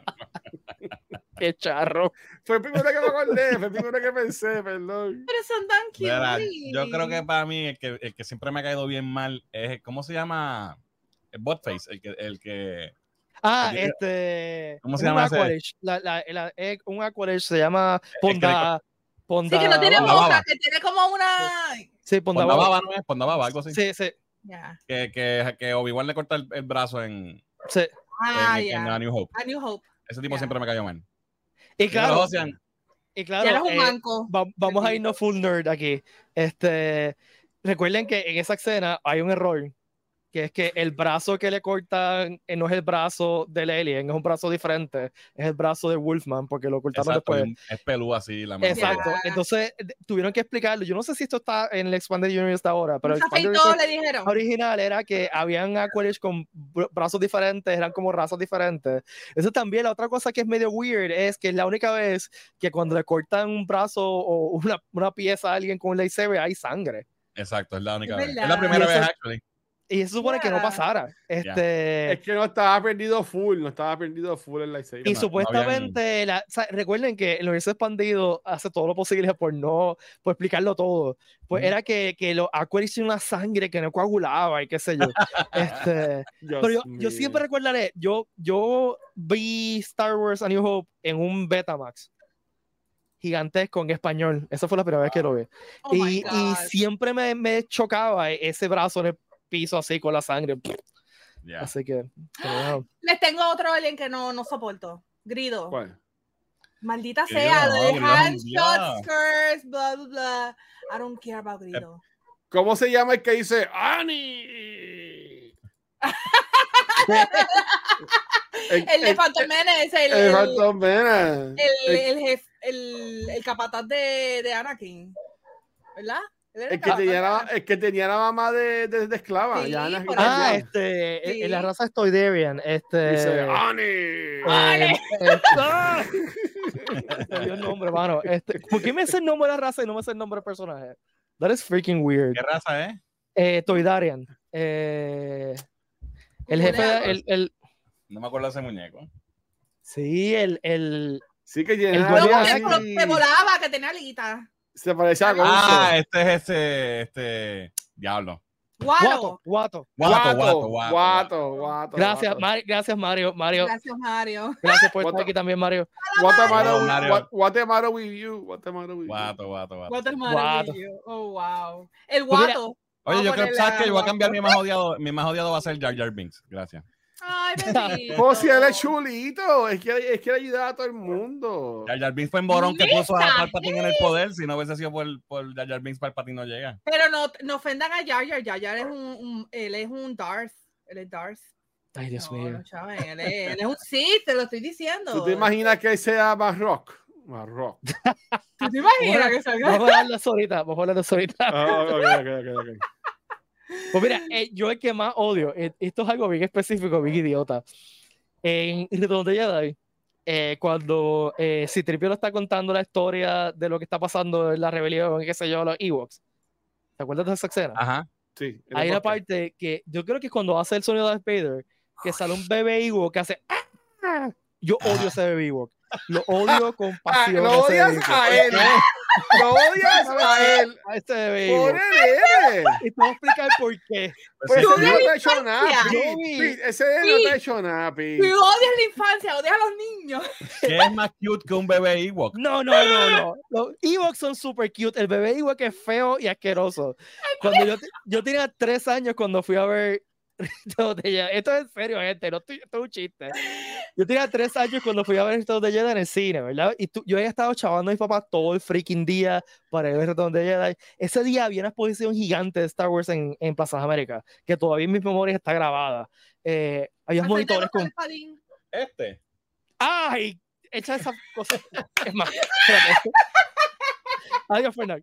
Qué charro. Fue el primero que me acordé, fue el primero que pensé, perdón. pero son tan cute. Mira, yo creo que para mí el que, el que siempre me ha caído bien mal es, ¿cómo se llama? El Botface, el que, el que Ah, Porque- este. ¿Cómo se un llama ese? Aqualish. La, la, la- eh, un Aqualish se llama que Ponda. Ponda Sí, que no tiene Ponda boca, Baba. que tiene como una. Sí, Ponda Ponda Baba. Baba, ¿no es? Ponda Baba, algo así. Sí, sí, Ya. Que, que, que Obi-Wan le corta el, el brazo en, sí. Ah, en, en ya. A New Hope. A New Hope. Ese tipo Ya. siempre me cayó mal. Y Claro, claro, Ocean. y Ya eres claro un eh, manco. va- vamos a irnos full nerd aquí. Este, recuerden que en esa escena hay un error que es que el brazo que le cortan eh, no es el brazo del alien, es un brazo diferente, es el brazo de Wolfman, porque lo cortaron Exacto, después. es pelú así la mano. Exacto, entonces tuvieron que explicarlo. Yo no sé si esto está en el Expanded Universe ahora, pero el Expanded Universe le dijeron. original era que habían Aqualish con brazos diferentes, eran como razas diferentes. Eso también, la otra cosa que es medio weird es que es la única vez que cuando le cortan un brazo o una, una pieza a alguien con un lightsaber hay sangre. Exacto, es la única es vez. Es la primera eso, vez, actually. Y eso supone yeah. que no pasara. Este... Yeah. Es que no estaba perdido full, no estaba perdido full el lightsaber. Y no, supuestamente, no habían... la, o sea, recuerden que el universo expandido hace todo lo posible por no, por explicarlo todo. Pues mm. era que, que los Aquarius tienen una sangre que no coagulaba y qué sé yo. este, pero yo, yo siempre recordaré, yo, yo vi Star Wars A New Hope en un Betamax gigantesco en español. Esa fue la primera vez que lo vi. Oh y, y siempre me, me chocaba ese brazo en el piso así con la sangre. Yeah. Así que no. Les tengo otro alien que no, no soporto. Grido. ¿Cuál? Maldita Grido, sea, lo de handshots, curse, bla bla bla. I don't care about Grido. ¿Cómo se llama el que dice Annie? el, el de Phantom Menace, el, el, Phantom Menace. El, el, el, el, el capataz de, de Anakin, ¿verdad? El que, tenía la, el que tenía la mamá de, de, de esclava. Sí, ya ah, este, sí. en la raza Stoiderian. Este. Dice, ¡Ani! ¡Ani! Me dio el nombre, mano. Este, ¿por qué me hace el nombre de la raza y no me hace el nombre del personaje? That is freaking weird. ¿Qué raza es? Eh, Toydarian. Eh, el jefe, de, el, el. No me acuerdo de ese muñeco. Sí, el. el sí, que tiene. No, que, que volaba, que tenía alitas. Se parecía a Gonzo. Ah, este es este, este, diablo. Guato. Guato. Guato, guato, guato, guato. Gracias, Mario, gracias, Mario. Mario. Gracias, Mario. Gracias por estar aquí también, Mario. What's the matter, what the matter with you? What's the matter with you? Guato, guato, guato. What's the matter with you? Oh, wow. El guato. Oye, yo creo que yo voy a cambiar mi más odiado, mi más odiado va a ser Jar Jar Binks. Gracias. Ay, bendito. Pues si él es chulito, es que, es que le ayuda a todo el mundo. Jar Jar Binks fue en Borón que puso a Palpatine en el poder. Si no hubiese sido por, por Jar Jar Binks, Palpatine no llega. Pero no, no ofendan a Jar Jar. Jar Jar es un, un, él es un Darth. Él es Darth. Ay, Dios no, mío. No, chaval, él, es, él es un Sith, te lo estoy diciendo. ¿Tú te imaginas que sea más rock? Más rock. ¿Tú te imaginas bueno, que salga? Vamos a hablar de eso ahorita. Vamos a hablar de eso ahorita. Oh, okay, okay, okay, okay. Pues mira, eh, yo el que más odio, eh, esto es algo bien específico, bien idiota. En Retorno de Jedi, eh, cuando eh, C-tres P O le está contando la historia de lo que está pasando en la rebelión, qué sé yo, los Ewoks. ¿Te acuerdas de esa escena? Ajá. Sí. Hay una parte que yo creo que es cuando hace el sonido de Darth Vader, que sale un bebé Ewok que hace ¡ah! Yo odio ese bebé Ewok. Lo odio con pasión. Lo odias a él. Lo odias a él. A este bebé. Por él. Y te voy a explicar por qué. Pues ese no te ha hecho nada. Ese no te ha hecho nada, Pi. Tú odias la infancia, odias a los niños. ¿Qué es más cute que un bebé Ewok? No, no, no, no. Los Ewoks son super cute. El bebé Ewok es feo y asqueroso. Cuando yo, yo tenía tres años cuando fui a ver. Esto es en serio, gente, no estoy, esto es un chiste. Yo tenía tres años cuando fui a ver Retorno de Jedi en el cine, ¿verdad? Y tú, yo había estado chavando a mi papá todo el freaking día para ver Retorno de Jedi. Ese día había una exposición gigante de Star Wars en, en Plaza América, que todavía en mis memorias está grabada. Eh, había monitores con... Este. ¡Ay! Echa esa cosa. Es más, espérate. Adiós, Fernando.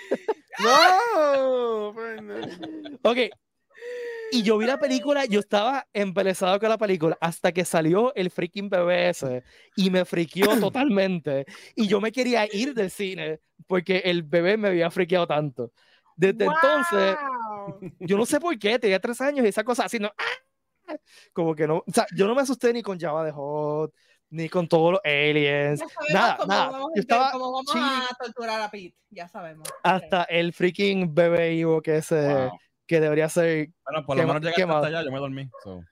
No, Fernando. Ok. Y yo vi la película, yo estaba embelesado con la película hasta que salió el freaking bebé ese y me friqueó totalmente. Y yo me quería ir del cine porque el bebé me había friqueado tanto. Desde wow. entonces, yo no sé por qué, tenía tres años y esa cosa así, no, ¡ah! Como que no, o sea, yo no me asusté ni con Jabba the Hutt, ni con todos los aliens, nada, nada. Vamos, yo estaba como vamos a torturar a Pete, ya sabemos. Hasta okay. el freaking bebé Ivo que ese... Wow. que debería ser. Bueno, por lo menos llegaste hasta allá, yo me dormí. So.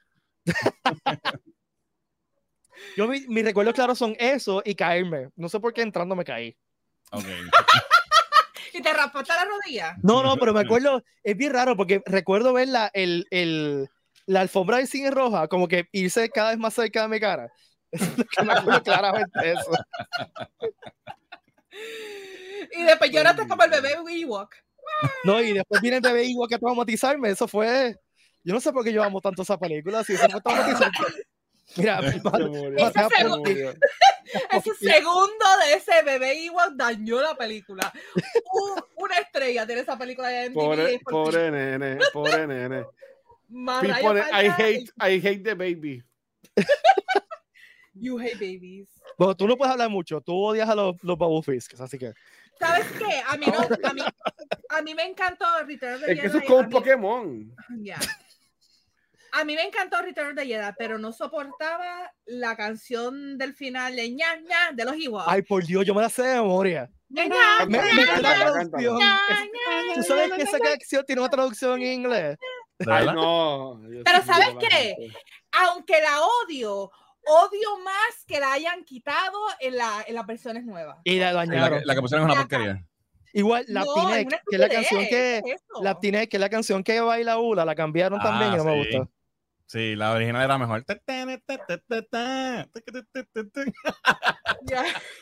Yo, mi, mis recuerdos claros son eso y caerme. No sé por qué entrando me caí. Okay. ¿Y te raspaste la rodilla? No, no, pero me acuerdo, es bien raro porque recuerdo ver la, el, el, la alfombra del cine roja, como que irse cada vez más cerca de mi cara. Me acuerdo claramente eso. Y después lloraste como el bebé Ewok. No, y después viene el bebé Ewok a traumatizarme. Eso fue. Yo no sé por qué yo amo tanto esa película. Si eso fue todo lo que hizo. Mira, ese, segundo, ese segundo de ese bebé Ewok dañó la película. Uh, una estrella tiene esa película de M T V. Pobre, pobre nene, pobre nene. People, I hate, I hate the baby. You hate babies. Bueno, tú no puedes hablar mucho. Tú odias a los, los Babu Fisks, así que. ¿Sabes qué? A mí no, a mí, a mí me encantó Return of the Jedi. Es que eso es como un Pokémon. Ya. A mí me encantó Return of the Jedi, pero no soportaba la canción del final de ña, ña, de los Ewoks. Ay, por Dios, yo me la sé de memoria. Ña, ña, me, ña, me ña, la traducción. ña, ¿Tú sabes que esa canción tiene una traducción en inglés? Ay, no. Pero ¿sabes qué? Aunque la odio, odio más que la hayan quitado en, la, en las versiones nuevas. Y la dañaron. La, la que pusieron es una porquería. Igual, la no, Tinek, es que es la canción que, es la Tinek, que es la canción que baila Ula, la cambiaron ah, también y no sí. me gustó. Sí, la original era mejor. Yeah.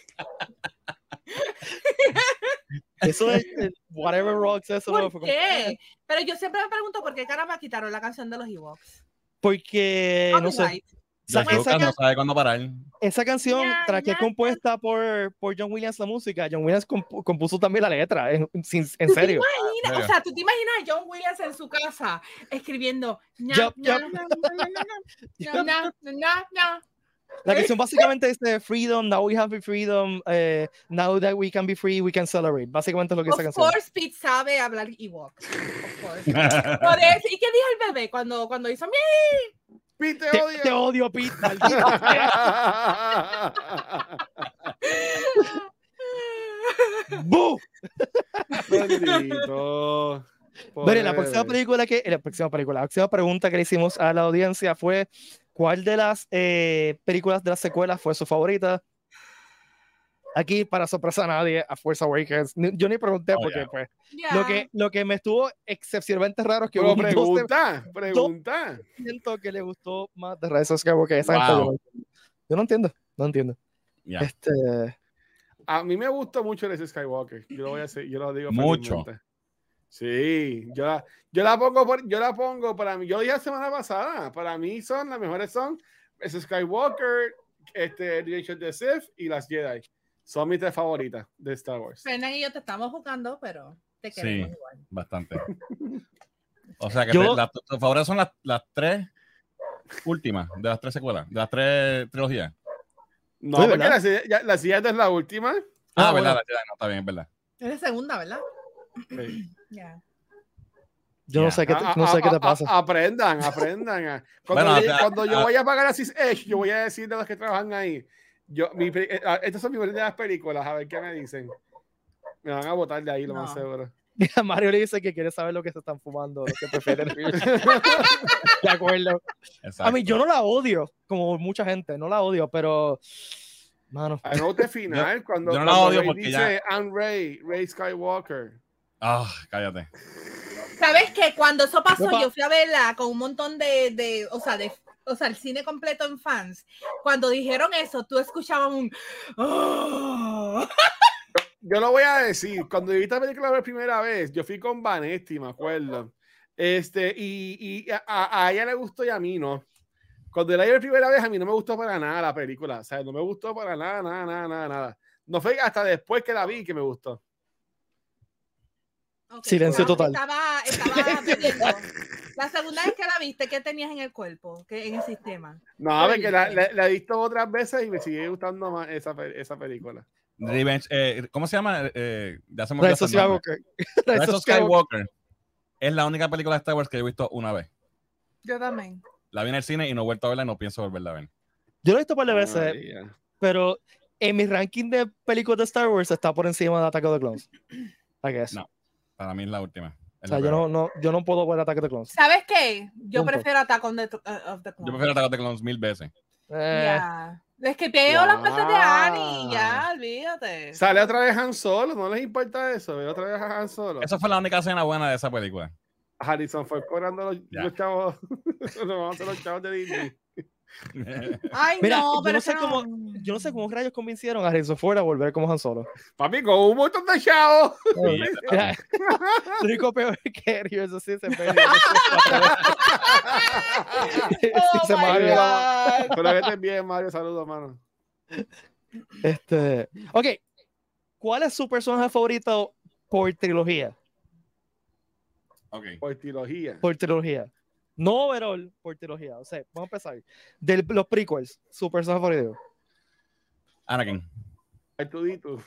Eso es Whatever Rocks, eso ¿Por no fue qué? como... Pero yo siempre me pregunto por qué caramba quitaron la canción de los Ewoks. Porque, no sé. Esa, esa, no sabe cuándo parar. Esa canción, Ya, tras que es ya, compuesta por, por John Williams la música, John Williams comp compuso también la letra, en, en, en ¿Tú serio. Te imaginas, o sea, tú te imaginas a John Williams en su casa escribiendo ña, Yep, ña, yep. ña, ña, ña, ña. La canción básicamente dice freedom, now we have freedom, uh, now that we can be free, we can celebrate. Básicamente es lo que dice la Of canción. course, Pete sabe hablar Ewok. Of course. Por eso, ¿y qué dijo el bebé cuando, cuando hizo mi? Pete, te, te odio. Te odio, Pete, maldito sea. ¡Bu! Bendito. Bueno, la próxima película que, la próxima película, la próxima pregunta que le hicimos a la audiencia fue ¿cuál de las eh, películas de las secuelas fue su favorita? Aquí, para sorpresa a nadie, a Force Awakens. Yo ni pregunté oh, porque, yeah. pues, yeah. Lo, que, lo que me estuvo excepcionalmente raro es que Pero hubo pregunta, dos, pregunta. Siento que le gustó más de Rise of Skywalker. Esa wow. gente, yo, yo no entiendo, no entiendo. Yeah. Este... A mí me gustó mucho Rise of Skywalker. Yo lo voy a decir, yo lo digo. Mucho. Sí, yo la, yo la pongo, por, yo la pongo para mí. Yo dije la semana pasada, para mí son las mejores son Rise of Skywalker, este, Revenge of the Sith y las Jedi. Son mis tres favoritas de Star Wars. Fernan y yo te estamos jugando, pero te queremos sí, igual. Bastante. O sea que yo... te, la, tus favoritas son las, las tres últimas de las tres secuelas, de las tres trilogías. No, porque la, ya, la siguiente es la última. Ah, ah verdad, bueno. la, no, está bien, es verdad. Es la segunda, ¿verdad? Sí. Yeah. Yo no sé qué te, no sé a, qué te pasa. A, a, aprendan, aprendan. Cuando, bueno, yo, a, cuando yo vaya a pagar a Sys Edge, yo voy a decir de los que trabajan ahí. Yo, mi, estas son mis primeras películas, a ver qué me dicen. Me van a botar de ahí, lo no. más seguro. Mira, Mario le dice que quiere saber lo que se están fumando, lo que prefieren. De acuerdo. Exacto. A mí, yo no la odio, como mucha gente, no la odio, pero. Mano. A no te final, cuando, yo no cuando la odio Ray porque dice ya. I'm Ray, Ray Skywalker. Ah, oh, cállate. ¿Sabes qué? Cuando eso pasó, no, yo fui a verla con un montón de, de o sea, de. O sea, el cine completo en fans. Cuando dijeron eso, tú escuchabas un... Oh. Yo lo voy a decir. Cuando vi esta película por primera vez, yo fui con Vanetti, me acuerdo. Este, y, y a, a ella le gustó y a mí no. Cuando la vi por primera vez, a mí no me gustó para nada la película. O sea, no me gustó para nada, nada, nada, nada, nada. No fue hasta después que la vi que me gustó. Okay, silencio estaba, total. Estaba, estaba viendo. La segunda vez que la viste, ¿qué tenías en el cuerpo? ¿Qué, en el sistema? No, porque la, la, la he visto otras veces y me sigue gustando más esa, esa película. Revenge, eh, ¿cómo se llama? Eh, ya se me Rise of Skywalker. Rise of Skywalker es la única película de Star Wars que he visto una vez. Yo también. La vi en el cine y no he vuelto a verla y no pienso volverla a ver. Yo la he visto un par de veces, oh, yeah. pero en mi ranking de películas de Star Wars está por encima de Attack of the Clones. I guess. No, para mí es la última. O sea, yo no, no, yo no puedo ver Attack of the Clones. ¿Sabes qué? Yo Punto. prefiero Attack on the, uh, of the Clones. Yo prefiero Attack of the Clones mil veces. Eh. Yeah. Es que pego wow. las partes de Annie, ya, olvídate. Sale otra vez Han Solo, no les importa eso, ve otra vez a Han Solo. Esa fue la única escena buena de esa película. Harrison fue cobrando los, los chavos, los, los chavos de Disney. Ay, Mira, no, yo pero no sé eso cómo, no. yo no sé cómo rayos convencieron a Harrison Ford a volver como Han Solo. Papi, con un montón de chavos. Mira, lo único peor es que eso sí se ve. Oh, se my Mario. God. Pero que estés bien, Mario. Saludos, mano. Este, ok, ¿cuál es su personaje favorito por trilogía? Okay. Por trilogía. Por trilogía. No overall, por trilogía. O sea, vamos a empezar. De los prequels, su personaje favorito. Anakin. Artudito.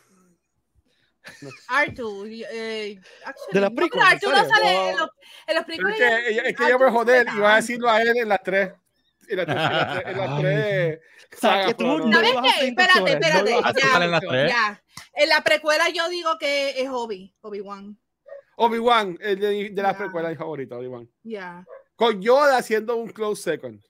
Artu, eh, actually, De las no, prequels, pero Artu ¿en no serio? sale en los, en los Pero prequels. es que, ella- es que yo Artu me no joder sale y vas a tanto. decirlo a él en las tres. En las tres. En las tres, en las Ay. tres O sea, sagas, que tú pero no no. ¿Sabes ibas a hacer qué? Espérate, instrucciones, no espérate, ibas a hacer ya. ¿Sale en las instrucciones. tres? Ya. En la precuela yo digo que es Obi, Obi-Wan. Obi-Wan, el de, de las Ya. precuelas, mi favorito, Obi-Wan. Ya. Con Yoda haciendo un close second.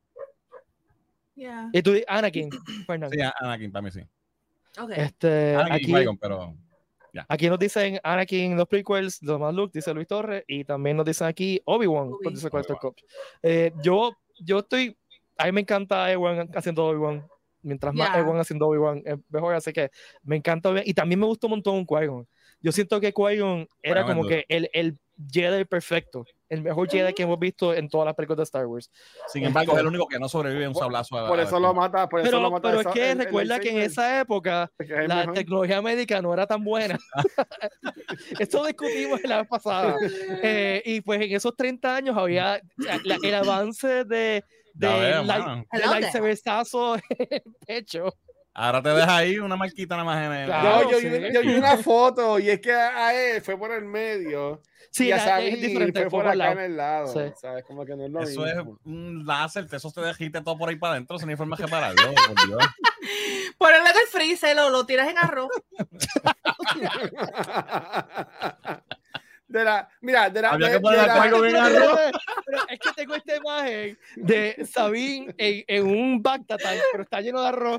Ya. Y tú, Anakin, Fernando. Sí, Anakin para mí sí. Ok. Este, Anakin y aquí, Qui-Gon, pero aquí nos dicen Anakin los prequels, los más Luke, dice Luis Torres, y también nos dicen aquí Obi-Wan, Obi. pues dice Carter Obi-Wan. Cops. Eh, yo, yo estoy, a mí me encanta Ewan haciendo Obi-Wan. Mientras más Ya. Ewan haciendo Obi-Wan es mejor, así que me encanta ver. Y también me gustó un montón un Qui-Gon. Yo siento que Qui-Gon era Qui-Gon es como duro. que el, el Jedi perfecto, el mejor Jedi que hemos visto en todas las películas de Star Wars. sin embargo Este- es el único que no sobrevive a un sablazo. a- Por a- eso lo mata, por eso lo Pero, mata. pero es esa- que el- el recuerda que en lightsaber, esa época que es el la mejor. tecnología médica no era tan buena. Esto discutimos la vez pasada. Eh, y pues en esos treinta años había la- el avance de, Ya de, veo, light- mano. de Hello there. lightsaberzazo en el pecho. Ahora te deja ahí una marquita nada más en el. Claro. No, yo, sí. vi, yo vi una foto y es que a él fue por el medio Sí, y a la- Sabine es diferente, fue fue por por el acá lado. en el lado. Sí. ¿Sabes? Como que no es lo Eso es mismo. un láser, eso te dejiste todo por ahí para adentro, sin forma de repararlo, por Dios. Ponerle en el freezer, lo, lo tiras en arroz. de la, mira, de la, Había de, que poner de a la- Qui-Gon bien arroz. Pero es que tengo esta imagen de Sabine en, en un Bacta-tank, pero está lleno de arroz.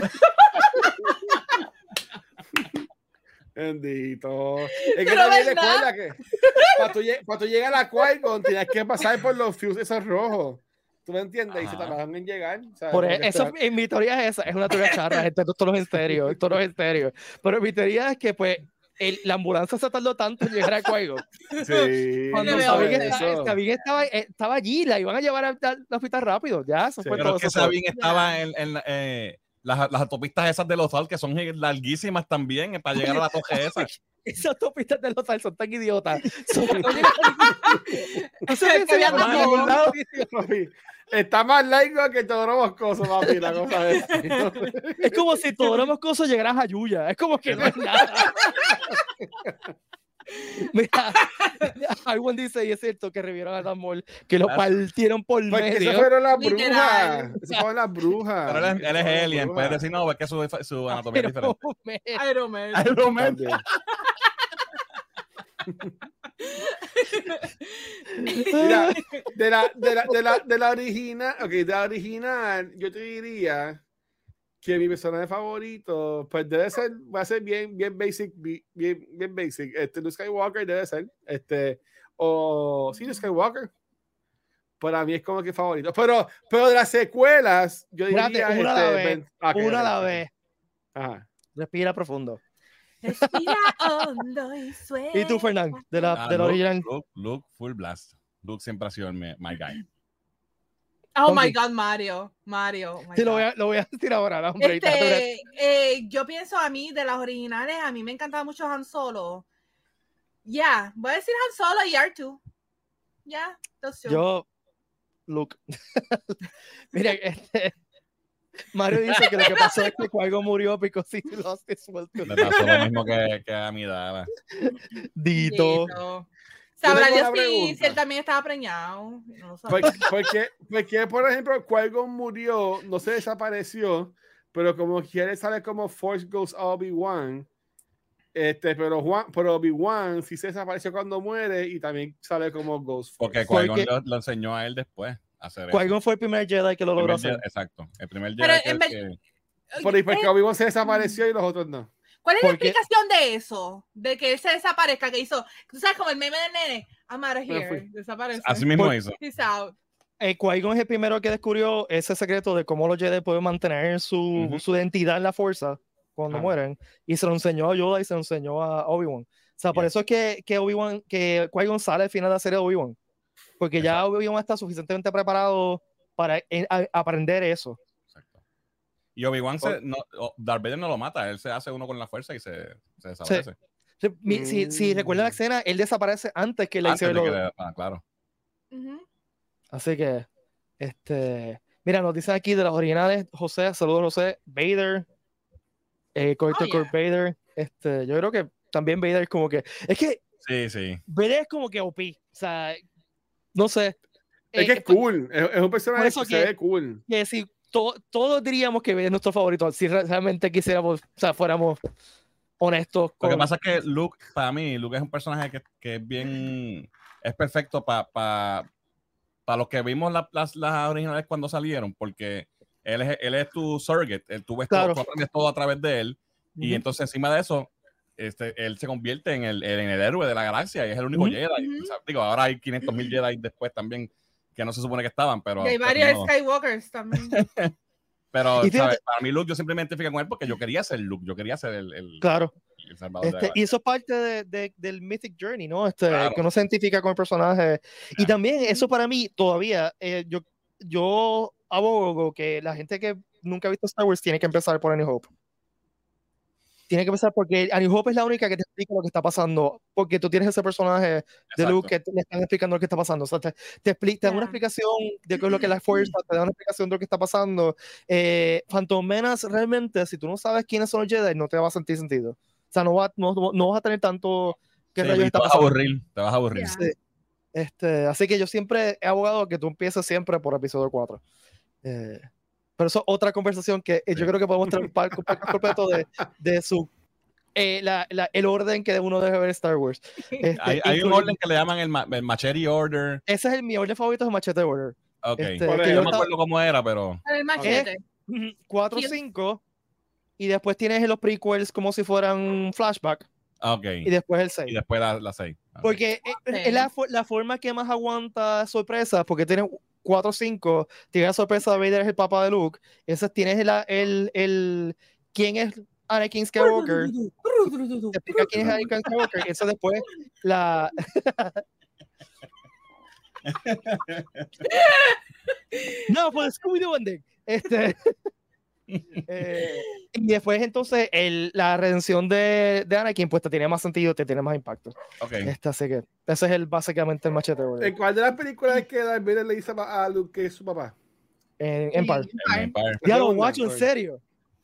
Bendito. Es que Pero también ¿verdad? recuerda que para tú, lleg- pa' tú llegar a la Qui-Gon tienes que pasar por los fuses esos rojos. ¿Tú me entiendes? Y se Ajá. tardaron en llegar. ¿sabes? Por Como e- que eso, está- en mi teoría es esa, es una teoría charra, gente, esto no es en serio, esto no es en serio. Pero mi teoría es que pues el- la ambulancia se tardó tanto en llegar a Qui-Gon. Sí, Cuando Yo Sabine, veo está- eso. Sabine estaba, eh, estaba allí, la iban a llevar al al hospital rápido, ya, eso Sí. fue Pero todo. es que eso fue. Sabine estaba en, en eh, las, las autopistas esas de los Sal, que son larguísimas también, eh, para llegar a la toje esa. Esas autopistas de los Sal son tan idiotas. Son tan- no se Que había van a todo. ningún lado. Papi, está más largo que todo moscoso, papi, la cosa es. Es como si todo lo moscoso llegara a Yuya. Es como que no es nada. Mira, Algún dice, y es cierto, que revivieron a Dan Moore, que lo Claro. partieron por Porque esas medio. fueron las brujas. Literal. Esas fueron las brujas. Pero él es, él es Esas fueron las alien, brujas. puedes decir no, es que su, su anatomía es Pero, diferente. man, Iron Man. Iron Man. También. Mira, de la, de la, de la, de la original, ok, de la original, yo te diría que mi personaje favorito, pues debe ser, va a ser bien, bien basic, bien, bien basic. Este, Luke Skywalker debe ser, este, o sí, Luke Skywalker. Para mí es como que favorito. Pero, pero de las secuelas, yo diría. Espérate, una a este, la vez, Ben- ok, una a ok, la ok. vez. Ajá. Respira profundo. Respira hondo y suelta. ¿Y tú, Fernán? De la, Ah, de la Luke, original. Luke, Luke, full blast. Luke siempre ha sido el me- my guy. Oh my Ok. God, Mario. Mario. oh my Sí, lo God. voy, a, lo voy a decir ahora. da un break, da un break. Este, eh, yo pienso a mí, de las originales, a mí me encantaba mucho Han Solo. Ya, voy a decir Han Solo y R dos. Ya, those two. Yo, Luke. Mira, este, Mario dice que lo que pasó es que Qui-Gon murió because he lost his will to Le pasó lo mismo que, que a mi edad. Dito. Dito. Sabrá tengo Dios una si, pregunta. si él también estaba preñado. No lo Por- sabemos. Porque, porque, por ejemplo, Qui-Gon murió, no se desapareció, pero como quiere sale como Force Ghost Obi-Wan. Este, pero, Juan, pero Obi-Wan sí se desapareció cuando muere y también sale como Ghost Force. Porque Porque- Qui-Gon lo, lo enseñó a él después a hacer eso. Qui-Gon fue el primer Jedi que lo El logró primer hacer. Jedi- exacto. El primer Pero Jedi que, en vez- que- Por ahí, porque Eh, Obi-Wan se desapareció y los otros no. ¿Cuál es porque- la explicación de eso? De que él se desaparezca, que hizo, tú sabes, como el meme del nene, I'm out of Me here, fui. desaparece. así mismo Por- hizo. Peace out. eh, Qui-Gon es el primero que descubrió ese secreto de cómo los Jedi pueden mantener su, uh-huh. su identidad en la fuerza cuando ah. mueren, y se lo enseñó a Yoda y se lo enseñó a Obi-Wan. O sea, por yeah. eso es que, que Obi-Wan, que Qui-Gon sale al final de la serie de Obi-Wan, porque Exacto. ya Obi-Wan está suficientemente preparado para eh, a, aprender eso. Exacto. Y Obi-Wan, oh. no, Darth Vader no lo mata, él se hace uno con la fuerza y se, se desaparece. Sí. Si, mm. si, si recuerdan la escena, él desaparece antes que le hizo lo... que, ah, claro. Uh-huh. Así que, este, mira, nos dicen aquí de las originales, José, saludos José, Vader, eh, Corto oh, yeah. Vader, este, yo creo que también Vader es como que, es que, sí, sí, Vader es como que O P, o sea, no sé. Es eh, que es cool, es, es un personaje que, que se ve cool. Que si to, todos diríamos que Vader es nuestro favorito, si realmente quisiéramos, o sea, fuéramos honestos. Con... Lo que pasa es que Luke, para mí, Luke es un personaje que, que es bien, es perfecto para... Pa, para los que vimos la, las, las originales cuando salieron, porque él es, él es tu surrogate, él, tú ves claro. todo, tú aprendes todo a través de él, uh-huh. y entonces encima de eso, este, él se convierte en el, en el héroe de la galaxia y es el único uh-huh. Jedi. Uh-huh. O sea, digo, ahora hay quinientos mil Jedi después también, que no se supone que estaban, pero... Y hay varios no. Skywalkers también. Pero, ¿sabes? Para mí Luke, yo siempre me identifico con él porque yo quería ser Luke, yo quería ser el... el claro. El salvador este, de y eso es parte de, de, del Mythic Journey, ¿no? Este, claro. Que uno se identifica con el personaje. Yeah. Y también eso para mí, todavía, eh, yo, yo abogo que la gente que nunca ha visto Star Wars tiene que empezar por A New Hope. Tiene que empezar porque A New Hope es la única que te explica lo que está pasando, porque tú tienes ese personaje Exacto. de Luke que te, le están explicando lo que está pasando. O sea, te, te, expli- te dan una explicación de qué es lo que es la fuerza, te dan una explicación de lo que está pasando. Eh, Phantom Menace, realmente, si tú no sabes quiénes son los Jedi, no te va a sentir sentido. O sea, no, va, no, no vas a tener tanto que sí, rayos está pasando. Te vas a aburrir, te vas a aburrir. Yeah. Sí. Este, así que yo siempre he abogado que tú empieces siempre por episodio cuatro. Eh, pero eso es otra conversación que sí. yo creo que podemos tener un par completo de, de su eh, la, la, el orden que uno debe ver Star Wars. Este, hay hay un orden que le llaman el, ma el Machete Order. Ese es el, mi orden favorito, es el Machete Order. Ok, este, no que yo me acuerdo cómo era, pero... El machete. cuatro, cinco, y después tienes los prequels como si fueran flashback. Okay. Y después el seis. Y después la seis. Okay. Porque okay. es la, la forma que más aguanta sorpresas, porque tienes cuatro cinco, tienes la sorpresa de Vader es el papá de Luke, entonces tienes el, el, el quién es Anakin Skywalker, te explica quién es Anakin Skywalker, y eso después la... no, pues Scooby-Doo Banding. Este... Eh, y después entonces el, la redención de, de Anakin pues te tiene más sentido, te tiene más impacto. Okay. Este, así que ese es el, básicamente el machete. ¿En cuál de las películas es que Darth Vader le dice a Luke que es su papá? En Empire. En Empire. Ya lo guacho, en serio.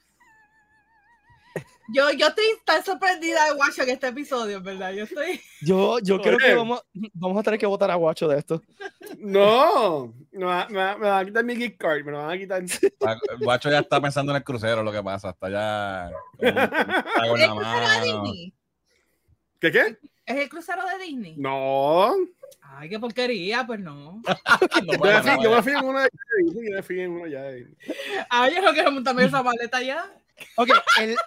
Yo, yo estoy tan sorprendida de Guacho en este episodio, ¿verdad? Yo estoy... Yo, yo creo que vamos, vamos a tener que votar a Guacho de esto. No, me, me, me van a quitar mi gift card, me lo van a quitar. Guacho ya está pensando en el crucero, lo que pasa, hasta ya... ¿Es el crucero de Disney? ¿Qué qué? ¿Es el crucero de Disney? No. Ay, qué porquería, pues no. no yo, me fui, yo me fui en uno de Disney, yo me fui en uno ya. De... Ay, yo no quiero montarme esa maleta ya. Ok, el,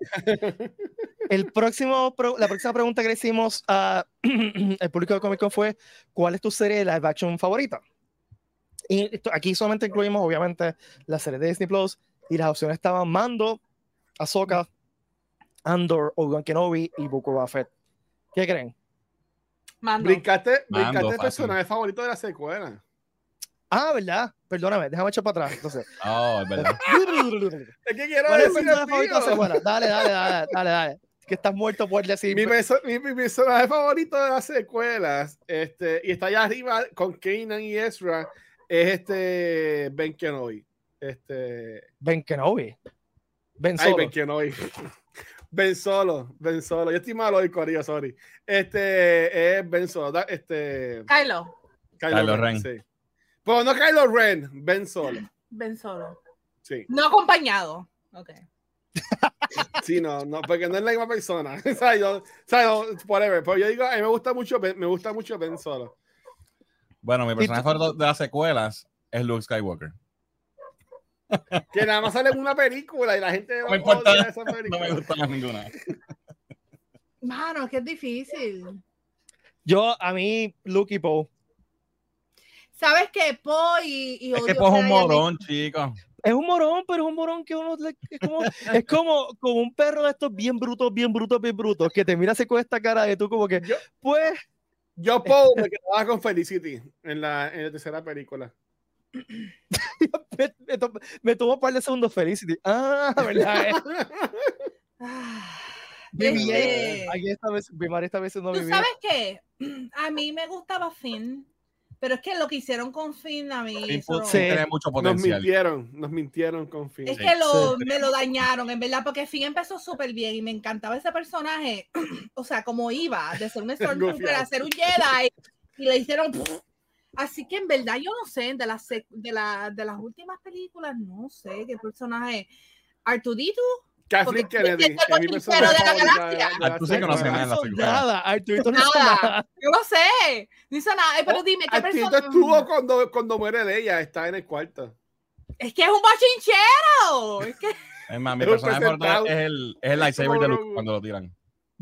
el próximo, la próxima pregunta que le hicimos al uh, público de Comic Con fue: ¿cuál es tu serie de live action favorita? Y esto, aquí solamente incluimos, obviamente, la serie de Disney Plus, y las opciones estaban Mando, Ahsoka, Andor, Obi-Wan Kenobi y Boba Fett. ¿Qué creen? Mando. Brincaste, brincaste el personaje favorito de la secuela. Ah, ¿verdad? Perdóname, déjame echar para atrás. Entonces. Oh, es verdad. Es que quiero ¿Cuál es decir el personaje favorito de la secuela? Dale, dale, dale, dale, dale. Que estás muerto por decir. Mi, perso mi, mi personaje favorito de las secuelas, este, y está allá arriba con Kanan y Ezra, es este Ben Kenobi. Este... Ben Kenobi. Ben Solo. Ay, Ben Kenobi. Ben Solo, Ben Solo. Yo estoy malo hoy, Corillo, sorry. Este es Ben Solo. Este... Kylo. Kylo, Kylo Ren, Ren. Sí. Pero no Kylo Ren, Ben Solo. Ben Solo. Sí. No acompañado. Ok. Sí, no, no, porque no es la misma persona. O sea, yo, o sea, yo, whatever. Pero yo digo, a mí me gusta mucho, me gusta mucho Ben Solo. Bueno, mi personaje favorito de las secuelas es Luke Skywalker. Que nada más sale en una película y la gente no me importa, esa no me gusta más ninguna. Mano, es que es difícil. Yo, a mí, Luke y Poe. ¿Sabes qué? Po y, y es que Po es un morón, chicos. Es un morón, pero es un morón que uno le, es como es como, como un perro de estos bien brutos, bien brutos, bien brutos, que te mira así con esta cara de tú como que, yo, pues... Yo, Po, me quedaba con Felicity en la, en la tercera película. me, me, to, me tomó un par de segundos Felicity. Ah, ¿verdad? Este, Aquí esta vez, Bimari esta vez no ¿Tú sabes qué? A mí me gustaba Finn, pero es que lo que hicieron con Finn a mí Finn eso, sí, tiene mucho potencial. Nos mintieron, nos mintieron con Finn. Es que lo, sí. me lo dañaron, en verdad, porque Finn empezó súper bien y me encantaba ese personaje. O sea, como iba de ser un Stormtrooper a ser un Jedi y le hicieron... Así que en verdad yo no sé, de las, de, la, de las últimas películas, no sé qué personaje. Arturito. Kathleen Kennedy, es mi personaje favorita. Arturito no hace nada. Nada, Arturito no hizo nada. Yo no sé, no hizo nada. Pero dime, ¿qué Arturito persona? estuvo cuando, cuando muere Leia, está en el cuarto. Es que es un bochinchero. Es que... Es más, mi personaje favorito es el, es el lightsaber de Luke cuando lo tiran.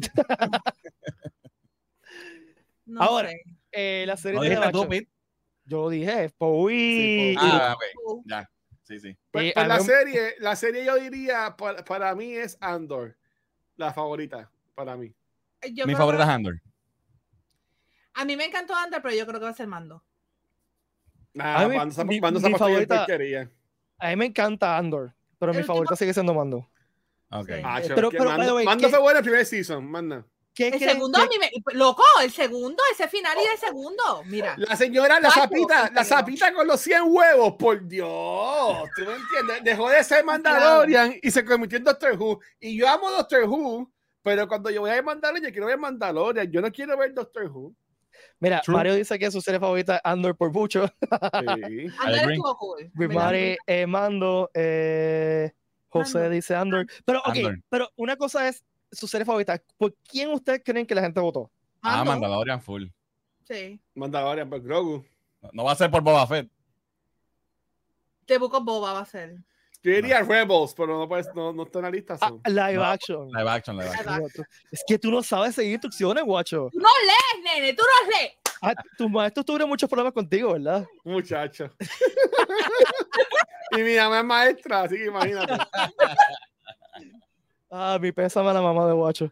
No Ahora, sé. eh, la serie ¿No de dijiste tú, Pete? Yo lo dije, Poe y... Sí, ah, ok, ya, sí, sí. Pues, pues la, serie, la serie yo diría, para, para mí es Andor, la favorita, para mí. Yo Mi favorita que... es Andor. A mí me encantó Andor, pero yo creo que va a ser Mando. Nah, a mí, Mando, mi, Mando mi favorita, a mí me encanta Andor, pero el mi favorita último... sigue siendo Mando. Okay. Sí. Ah, pero, pero, Mando, way, Mando fue bueno el primer season, manda. ¿Qué el segundo, que... me... loco, el segundo, ese final y el segundo, mira. La señora, la sapita, la sapita con los cien huevos, por Dios, tú me entiendes, dejó de ser Mandalorian y se convirtió en Doctor Who, y yo amo Doctor Who, pero cuando yo voy a ver Mandalorian, yo quiero ver Mandalorian, yo no quiero ver Doctor Who. Mira, True. Mario dice que su serie favorita es Andor por mucho. Sí. Andor estuvo cool. Mari, eh, Mando, eh, José Andor. dice Andor, pero ok, Andor. Pero una cosa es su serie favorita. ¿Por quién ustedes creen que la gente votó? Ah, Mandalorian full. Sí. Mandalorian por Grogu. No, no va a ser por Boba Fett. The Book of Boba va a ser. Yo diría no. Rebels, pero no, pues, no, no está en la lista. Ah, live no. action. Live action, live action. Live action. Es que tú no sabes seguir instrucciones, guacho. Tú no lees, nene, tú no lees. Ah, tus maestros tuvieron muchos problemas contigo, ¿verdad? Muchacho. Y mi mamá es maestra, así que imagínate. Ah, mi pésame a la mamá de guacho.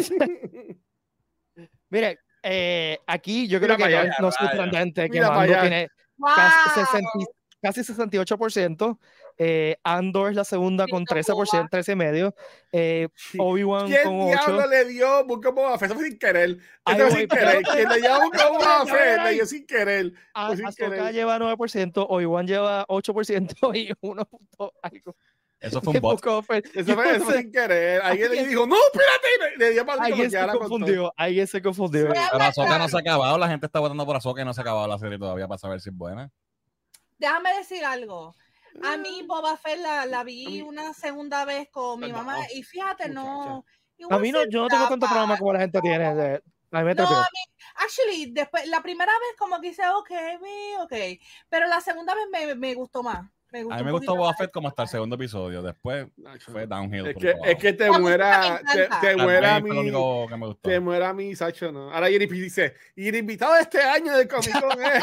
Mire, eh, aquí yo creo Mira que no, no soy sorprendente que Mando tiene wow. casi, sesenta, casi sesenta y ocho por ciento. Eh, Andor es la segunda con trece por ciento, trece y medio. Eh, Obi-Wan con ocho. ¿Quién diablo le dio Book of Boba Fett? Eso fue sin querer. Eso fue sin querer. Quien le dio Book of Boba Fett le dio sin querer. Ahsoka lleva nueve por ciento, Obi-Wan lleva ocho por ciento y uno punto algo. Eso fue un bot. Eso fue, eso fue sin querer. Alguien le dijo, no, espérate. Le dio para alguien se confundió. Alguien se confundió. Pero Ahsoka no se ha acabado. La gente está votando por Ahsoka y no se ha acabado la serie todavía para saber si es buena. Déjame decir algo. A mí Boba Fett la, la vi una segunda vez con mi mamá y fíjate, no... A mí no, yo no tengo tanto problema como la gente tiene. De, a mí me no, a mí, actually, después, la primera vez como que hice, ok, ok, pero la segunda vez me, me gustó más. Me gustó a mí me gustó Boba Fett como hasta el segundo episodio. Después fue downhill. Es que, es que te muera, te, te muera a mí. Que me gustó. Te muera a mí, Sacho, ¿no? Ahora Jenny dice, y el invitado de este año del Comic Con es.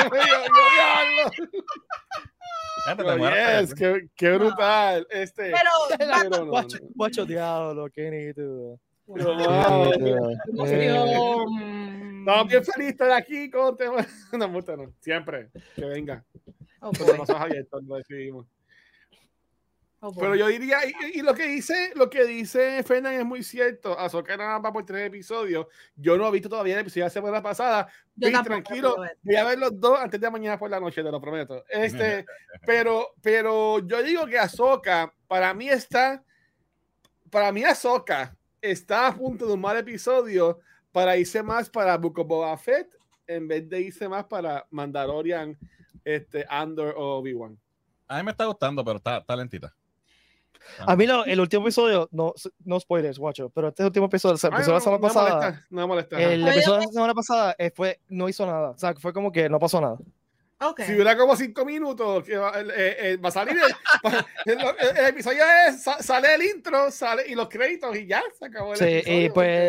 Pero yes, qué, qué brutal. No. Este, pero, pero no, guacho, no. guacho diablo, qué nítido. Wow. Estamos bien felices de estar aquí con temas. No, mucho no. Siempre. Que venga. Oh, abiertos, lo decidimos. Oh, pero yo diría, y, y lo que dice, lo que dice Fernan es muy cierto. Ahsoka nada más por tres episodios. Yo no he visto todavía el episodio de la semana pasada. Vi, tranquilo, voy a ver los dos antes de mañana por la noche, te lo prometo. Este, pero, pero yo digo que Ahsoka, para mí está, para mí Ahsoka está a punto de un mal episodio para irse más para Book of Boba Fett en vez de irse más para Mandalorian, este, Andor o Obi-Wan. A mí me está gustando, pero está, está lentita. A mí no, el último episodio, no, no spoilers, guacho, pero este último episodio, el episodio de la semana pasada, molesta, no molesta, el no. episodio de la semana pasada eh, fue, no hizo nada, o sea, fue como que no pasó nada. Okay. Si dura como cinco minutos, que va, eh, eh, va a salir el, el, el, el episodio es, sale el intro, sale y los créditos y ya, se acabó el sí, episodio. Y pues,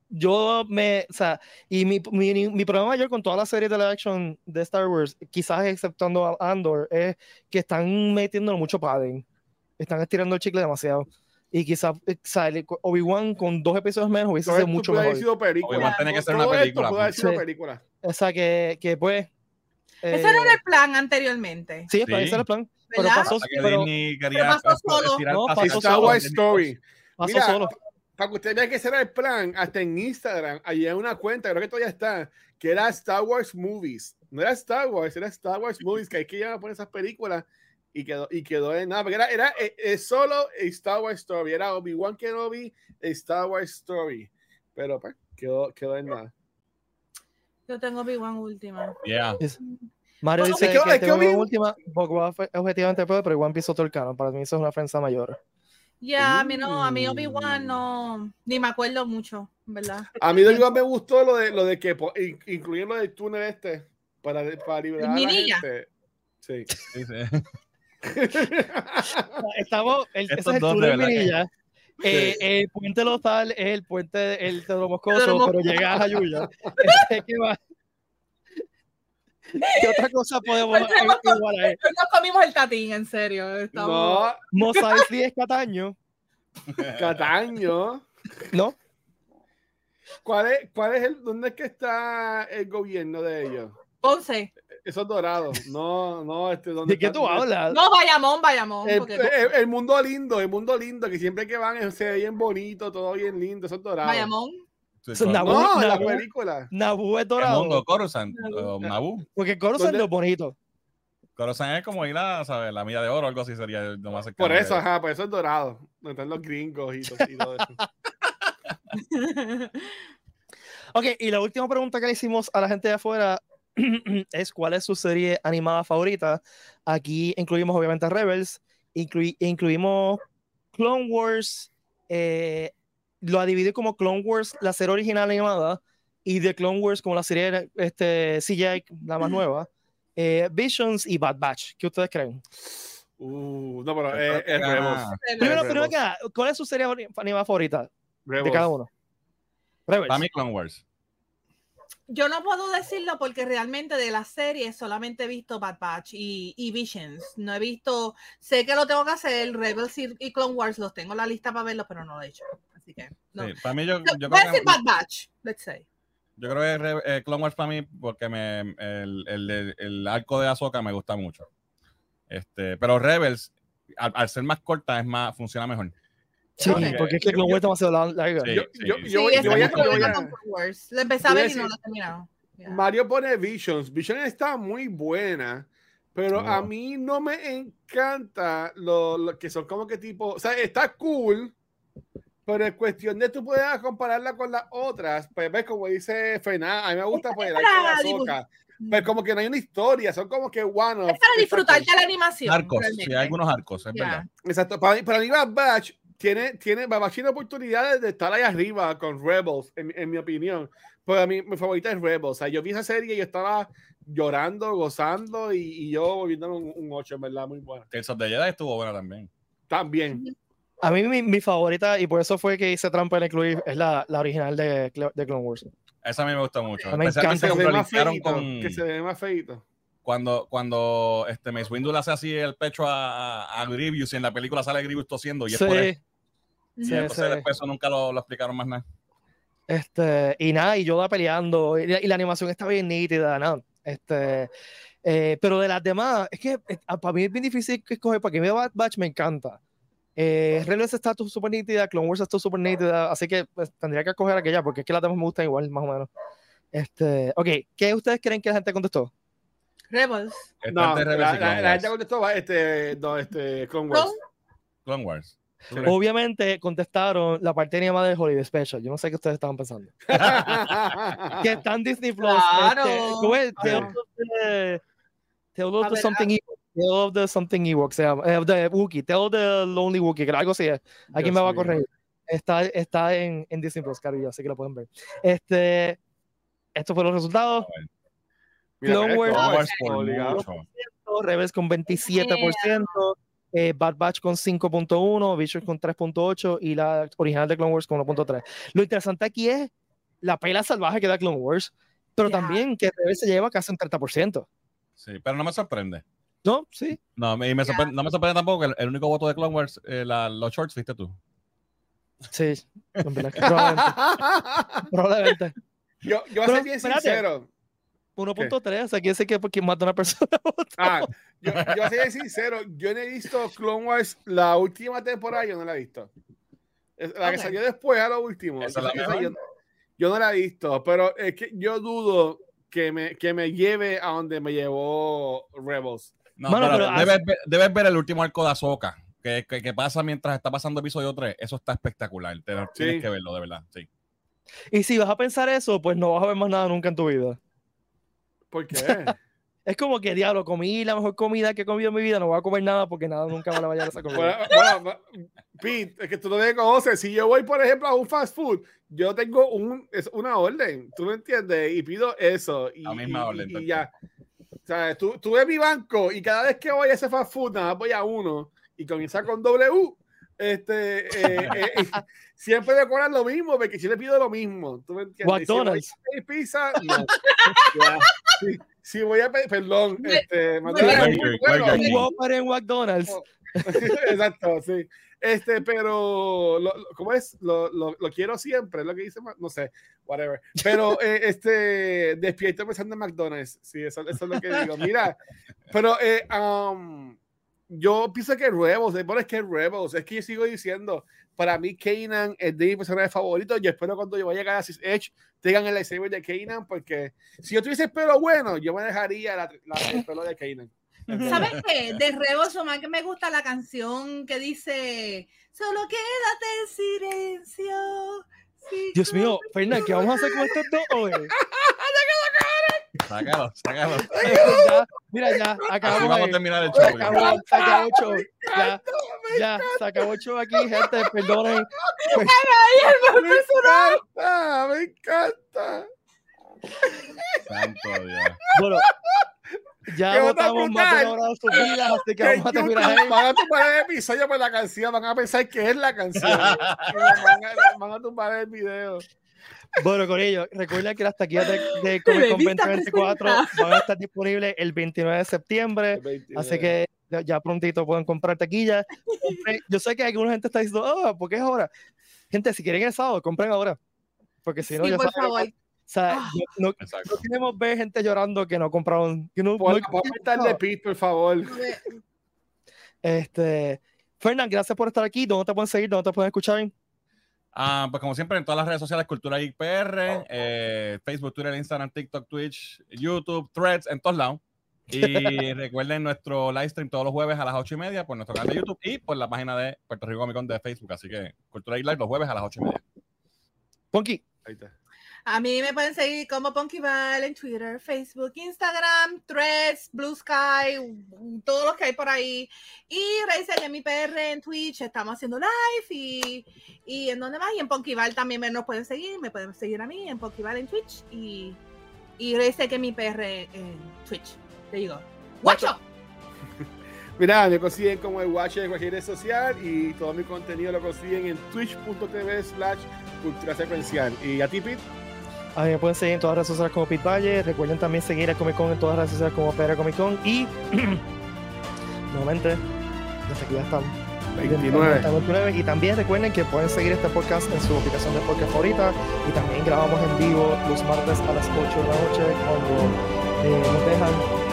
yo me, o sea, y mi, mi, mi problema mayor con toda la serie de la action de Star Wars, quizás exceptuando a Andor, es que están metiendo mucho padding, están estirando el chicle demasiado. Y quizás Obi-Wan con dos episodios menos hubiese sido mucho mejor. Sido película. Obi-Wan tenía que ser una película. Puede haber sido sí. película. O sea, que, que pues... Eh, ese no era el plan anteriormente. Sí, sí. ese era el plan. ¿verdad? Pero pasó, que pero, Disney quería pero pasó solo. No, pasó Star Wars Story. Pasó Mira, solo. Para que usted vea que ese era el plan, hasta en Instagram, allí hay una cuenta, creo que todavía está, que era Star Wars Movies. No era Star Wars, era Star Wars Movies, que hay que ya poner esas películas y quedó, y quedó en nada, porque era, era eh, eh, solo Star Wars Story, era Obi-Wan Kenobi, Star Wars Story, pero pues quedó, quedó en nada. Yo tengo Obi-Wan última. Yeah. Mario Bueno, dice es que, que, es que tengo Obi- última, Boba fue objetivamente peor, pero igual pisó todo el canon. Para mí eso es una ofensa mayor. Ya, yeah, a mí no, a mí Obi-Wan no, ni me acuerdo mucho, ¿verdad? A mí de Obi-Wan me gustó lo de, lo de que incluir lo del túnel este para, para liberar a la gente. Sí. Sí, sí. Estamos, el, ese es el túnel Minilla. Eh, sí. El puente Lothal es el puente el Teodoro Moscoso, pero llega a Jayuya. Este, ¿qué va? ¿Qué otra cosa podemos pues no, igual a él? No comimos el tatín, en serio. Estamos... No. Mos Eisley es Cataño. Cataño. ¿No? ¿Cuál es, cuál es el, dónde es que está el gobierno de ellos? Ponce. Eso es dorado. No, no, este, ¿dónde ¿de qué tú hablas? No, Bayamón, Bayamón. El, porque... el, el mundo lindo, el mundo lindo, que siempre que van se ve bien bonito, todo bien lindo, eso es dorado. Bayamón. So, Naboo, no, Naboo, la película. Naboo es dorado. El mundo, Coruscant, uh, Naboo. Porque Coruscant es bonito. Coruscant es como ir a, ¿sabes? La milla de oro o algo así sería lo más cercano. Por eso, de... ajá, por eso es dorado. Donde están los gringos y todo, y todo eso. Ok, y la última pregunta que le hicimos a la gente de afuera es ¿cuál es su serie animada favorita? Aquí incluimos obviamente Rebels, inclu incluimos Clone Wars, eh, lo dividí como Clone Wars, la serie original animada, y The Clone Wars como la serie este, C G I, la más nueva, eh, Visions y Bad Batch. ¿Qué ustedes creen? Uh, no, pero es, es Rebels. Primero, primero que nada, ¿cuál es su serie animada favorita Rebels. de cada uno? Rebels. Para mí Clone Wars. Yo no puedo decirlo porque realmente de la serie solamente he visto Bad Batch y, y Visions. No he visto, sé que lo tengo que hacer, Rebels y, y Clone Wars los tengo en la lista para verlos, pero no lo he hecho. Así que, no. Sí, para mí yo, yo voy creo a decir que, Bad Batch, let's say. Yo creo que eh, Clone Wars para mí, porque me, el, el, el, el arco de Ahsoka me gusta mucho. Este, pero Rebels, al, al ser más corta, es más, funciona mejor. Sí, okay. Porque es que Clone Wars es demasiado larga. Sí, yo, sí, yo, sí, yo, yo, yo voy a... Yo voy a lo empecé a ver y no lo he terminado. Yeah. Mario pone Visions. Visions está muy buena, pero oh. a mí no me encanta lo, lo que son como que tipo... O sea, está cool, pero en cuestión de tú puedes compararla con las otras, pues ves como dice Fernanda, a mí me gusta pues la Ahsoka. Pero como que no hay una historia, son como que one of, es para disfrutar de la animación. Arcos, sí, hay algunos arcos, es yeah. verdad. Exacto, para mí, para mí Bad Batch tiene, tiene, Bad Batch tiene oportunidades de estar ahí arriba con Rebels, en, en mi opinión. Pero a mí, mi favorita es Rebels. O sea, yo vi esa serie y yo estaba llorando, gozando y, y yo volviéndome un, un ocho, en verdad, muy buena. El Sot de Jedi estuvo buena también. También. A mí mi, mi favorita, y por eso fue que hice trampa en incluir, es la, la original de, de Clone Wars. Esa a mí me gusta mucho. Me encanta. Que se, ve más feito, con... que se ve más feito. Cuando, cuando este, Mace Windu le hace así el pecho a, a, a Grievous y en la película sale Grievous tosiendo y es sí. por eso. Sí, y entonces sí. después eso nunca lo, lo explicaron más nada. Este, y nada, y Yoda peleando, y, y la animación está bien nítida, ¿no? Este, eh, pero de las demás, es que eh, para mí es bien difícil escoger, porque mi Bad Batch me encanta. Eh, Rebels está súper nítida, Clone Wars está súper nítida, así que pues, tendría que escoger aquella, porque es que las demás me gustan igual, más o menos. Este, ok, ¿qué ustedes creen que la gente contestó? Rebels. No, la, la, la, la gente contestó este, no, este, Clone Wars. Clone Wars. Sí. Obviamente contestaron la parte animada de Holiday Special. Yo no sé qué ustedes estaban pensando. Que está en Disney Plus. Claro. Este, Tale of the Something Evil. Tale of the Something Evil. Se llama. Eh, the Wookiee. Tale of the Lonely Wookiee. Que algo así es. Aquí me va a corregir. Está, está en, en Disney Plus, cariño, así que lo pueden ver. Este, estos fueron los resultados. Clone Wars Rebels con veintisiete por ciento. Eh, Bad Batch con cinco punto uno, Visions con tres punto ocho y la original de Clone Wars con uno punto tres. Lo interesante aquí es la pela salvaje que da Clone Wars, pero Yeah. también que Rebels se lleva casi un treinta por ciento. Sí, pero no me sorprende. ¿No? Sí. No, y me sorprende, no me sorprende tampoco que el, el único voto de Clone Wars, eh, la, los shorts, fuiste tú. Sí. Probablemente. Probablemente. Yo, yo voy a Pero, ser bien espérate. sincero. uno punto tres, o sea, quiere decir que porque más de una persona votó. Ah, yo, yo voy a ser bien sincero. Yo no he visto Clone Wars la última temporada, yo no la he visto. Es- La que Ok. salió después a lo último. Esa es la Esa- mejor. yo, yo no la he visto, pero es que yo dudo que me, que me lleve a donde me llevó Rebels. No, Mano, pero pero debes, hace- ver, debes ver el último arco de Ahsoka, que, que, que pasa mientras está pasando episodio tres. Eso está espectacular. Te, Sí. Tienes que verlo, de verdad. Sí. Y si vas a pensar eso, pues no vas a ver más nada nunca en tu vida. ¿Por qué? Es como que, diablo, comí la mejor comida que he comido en mi vida, no voy a comer nada porque nada nunca me la vaya a esa comida. Bueno, bueno, Pete, es que tú no me conoces. Si yo voy, por ejemplo, a un fast food, yo tengo un, es una orden, ¿tú me entiendes? Y pido eso. Y, La misma y- orden, y perfecto. ya. O sea, tú, tú ves mi banco y cada vez que voy a ese fast food, nada, más voy a uno y comienza con W. Este, eh, eh, eh, siempre me cobran lo mismo, porque siempre pido lo mismo. ¿Tú me entiendes? McDonald's. Si voy a pedir pizza, no. Ya. Si, si voy a pedir, perdón, Me- este, me- McDonald's es Burger muy King, bueno. Burger Un King. Whopper en McDonald's. Oh. Exacto, sí. Este, pero, lo, lo- ¿cómo es? Lo, lo, lo quiero siempre, es lo que dice, Ma- no sé, whatever. Pero, eh, este, despierto pensando en McDonald's. Sí, eso, eso es lo que digo. Mira, pero, eh, um, yo pienso que Rebels, eh, bueno, es que Rebels, es que yo sigo diciendo, para mí Kanan es de mis personajes favoritos. Yo espero cuando yo vaya a llegar a Sith Edge tengan el lightsaber de Kanan, porque si yo tuviese pelo bueno, yo me dejaría la, la- el pelo de Kanan. ¿Sabes qué? De Rebels o más que me gusta la canción que dice solo quédate en silencio. si Dios tú- mío, Fernan, ¿qué vamos a hacer con estos dos hoy? Sácalo, sácalo. Ya, mira, ya, Así acabamos vamos a ahí. terminar el Se show. acabó, se acabó el show. Ya, ya, se acabó el show aquí, gente. Perdonen. Me encanta, me encanta. Santo Dios. Bueno, ya Qué nota votamos más de brutal. una hora de sus vidas, así que Que vamos a YouTube terminar ahí. van a tumbar el episodio por la canción, van a pensar que es la canción. Y van, a, van a tumbar el video. Bueno, Corillo, recuerden que las taquillas de, de Comic Con Revista veinte veinticuatro van a estar disponibles el veintinueve de septiembre. Así que ya, ya prontito pueden comprar taquillas. Compren- Yo sé que alguna gente está diciendo, ah, ¿por qué es ahora? Gente, si quieren el sábado, compren ahora. Porque si no, Sí, ya por saben, favor. o sea, Ah. no, no- Exacto. no queremos ver gente llorando que no compraron. Que no, Por no- la portal de Pete, por favor. este, Fernán, gracias por estar aquí. ¿Dónde te pueden seguir? ¿Dónde te pueden escuchar? Ah, pues como siempre en todas las redes sociales, Cultura Geek P R, eh, Facebook, Twitter, Instagram, TikTok, Twitch, YouTube, Threads, en todos lados. Y recuerden nuestro live stream todos los jueves a las ocho y media por nuestro canal de YouTube y por la página de Puerto Rico Comic Con de Facebook. Así que Cultura Geek Live los jueves a las ocho y media. Ponky. Ahí está. A mí me pueden seguir como Punkyval en Twitter, Facebook, Instagram, Threads, Blue Sky, todos los que hay por ahí. Y Razer de mi P R en Twitch, estamos haciendo live y, y en donde más. Y en Punkyval también me nos pueden seguir, me pueden seguir a mí en Punkyval en Twitch y, y Razer que mi P R en Twitch. Te digo, ¡guacho! Mira, me consiguen como el Watcher en cualquier red social y todo mi contenido lo consiguen en twitch.tv slash cultura secuencial. ¿Y a ti, Pete? A mí me pueden seguir en todas las redes sociales como Pete Valle. Recuerden también seguir a Comic Con en todas las redes sociales como P R Comic Con. Y nuevamente, desde aquí ya estamos. veintinueve. veintinueve. Y también recuerden que pueden seguir este podcast en su aplicación de podcast favorita. Y también grabamos en vivo los martes a las ocho de la noche cuando eh, nos dejan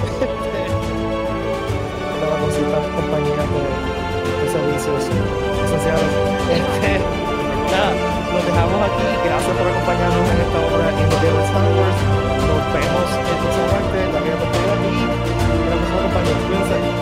para consultar compañías de, de servicios esenciales. Este, nada, los dejamos aquí. Gracias por acompañarnos en esta hora en The Daily Star Wars. Nos vemos el próximo martes, la misma oportunidad y gracias por acompañarnos. Cuídense.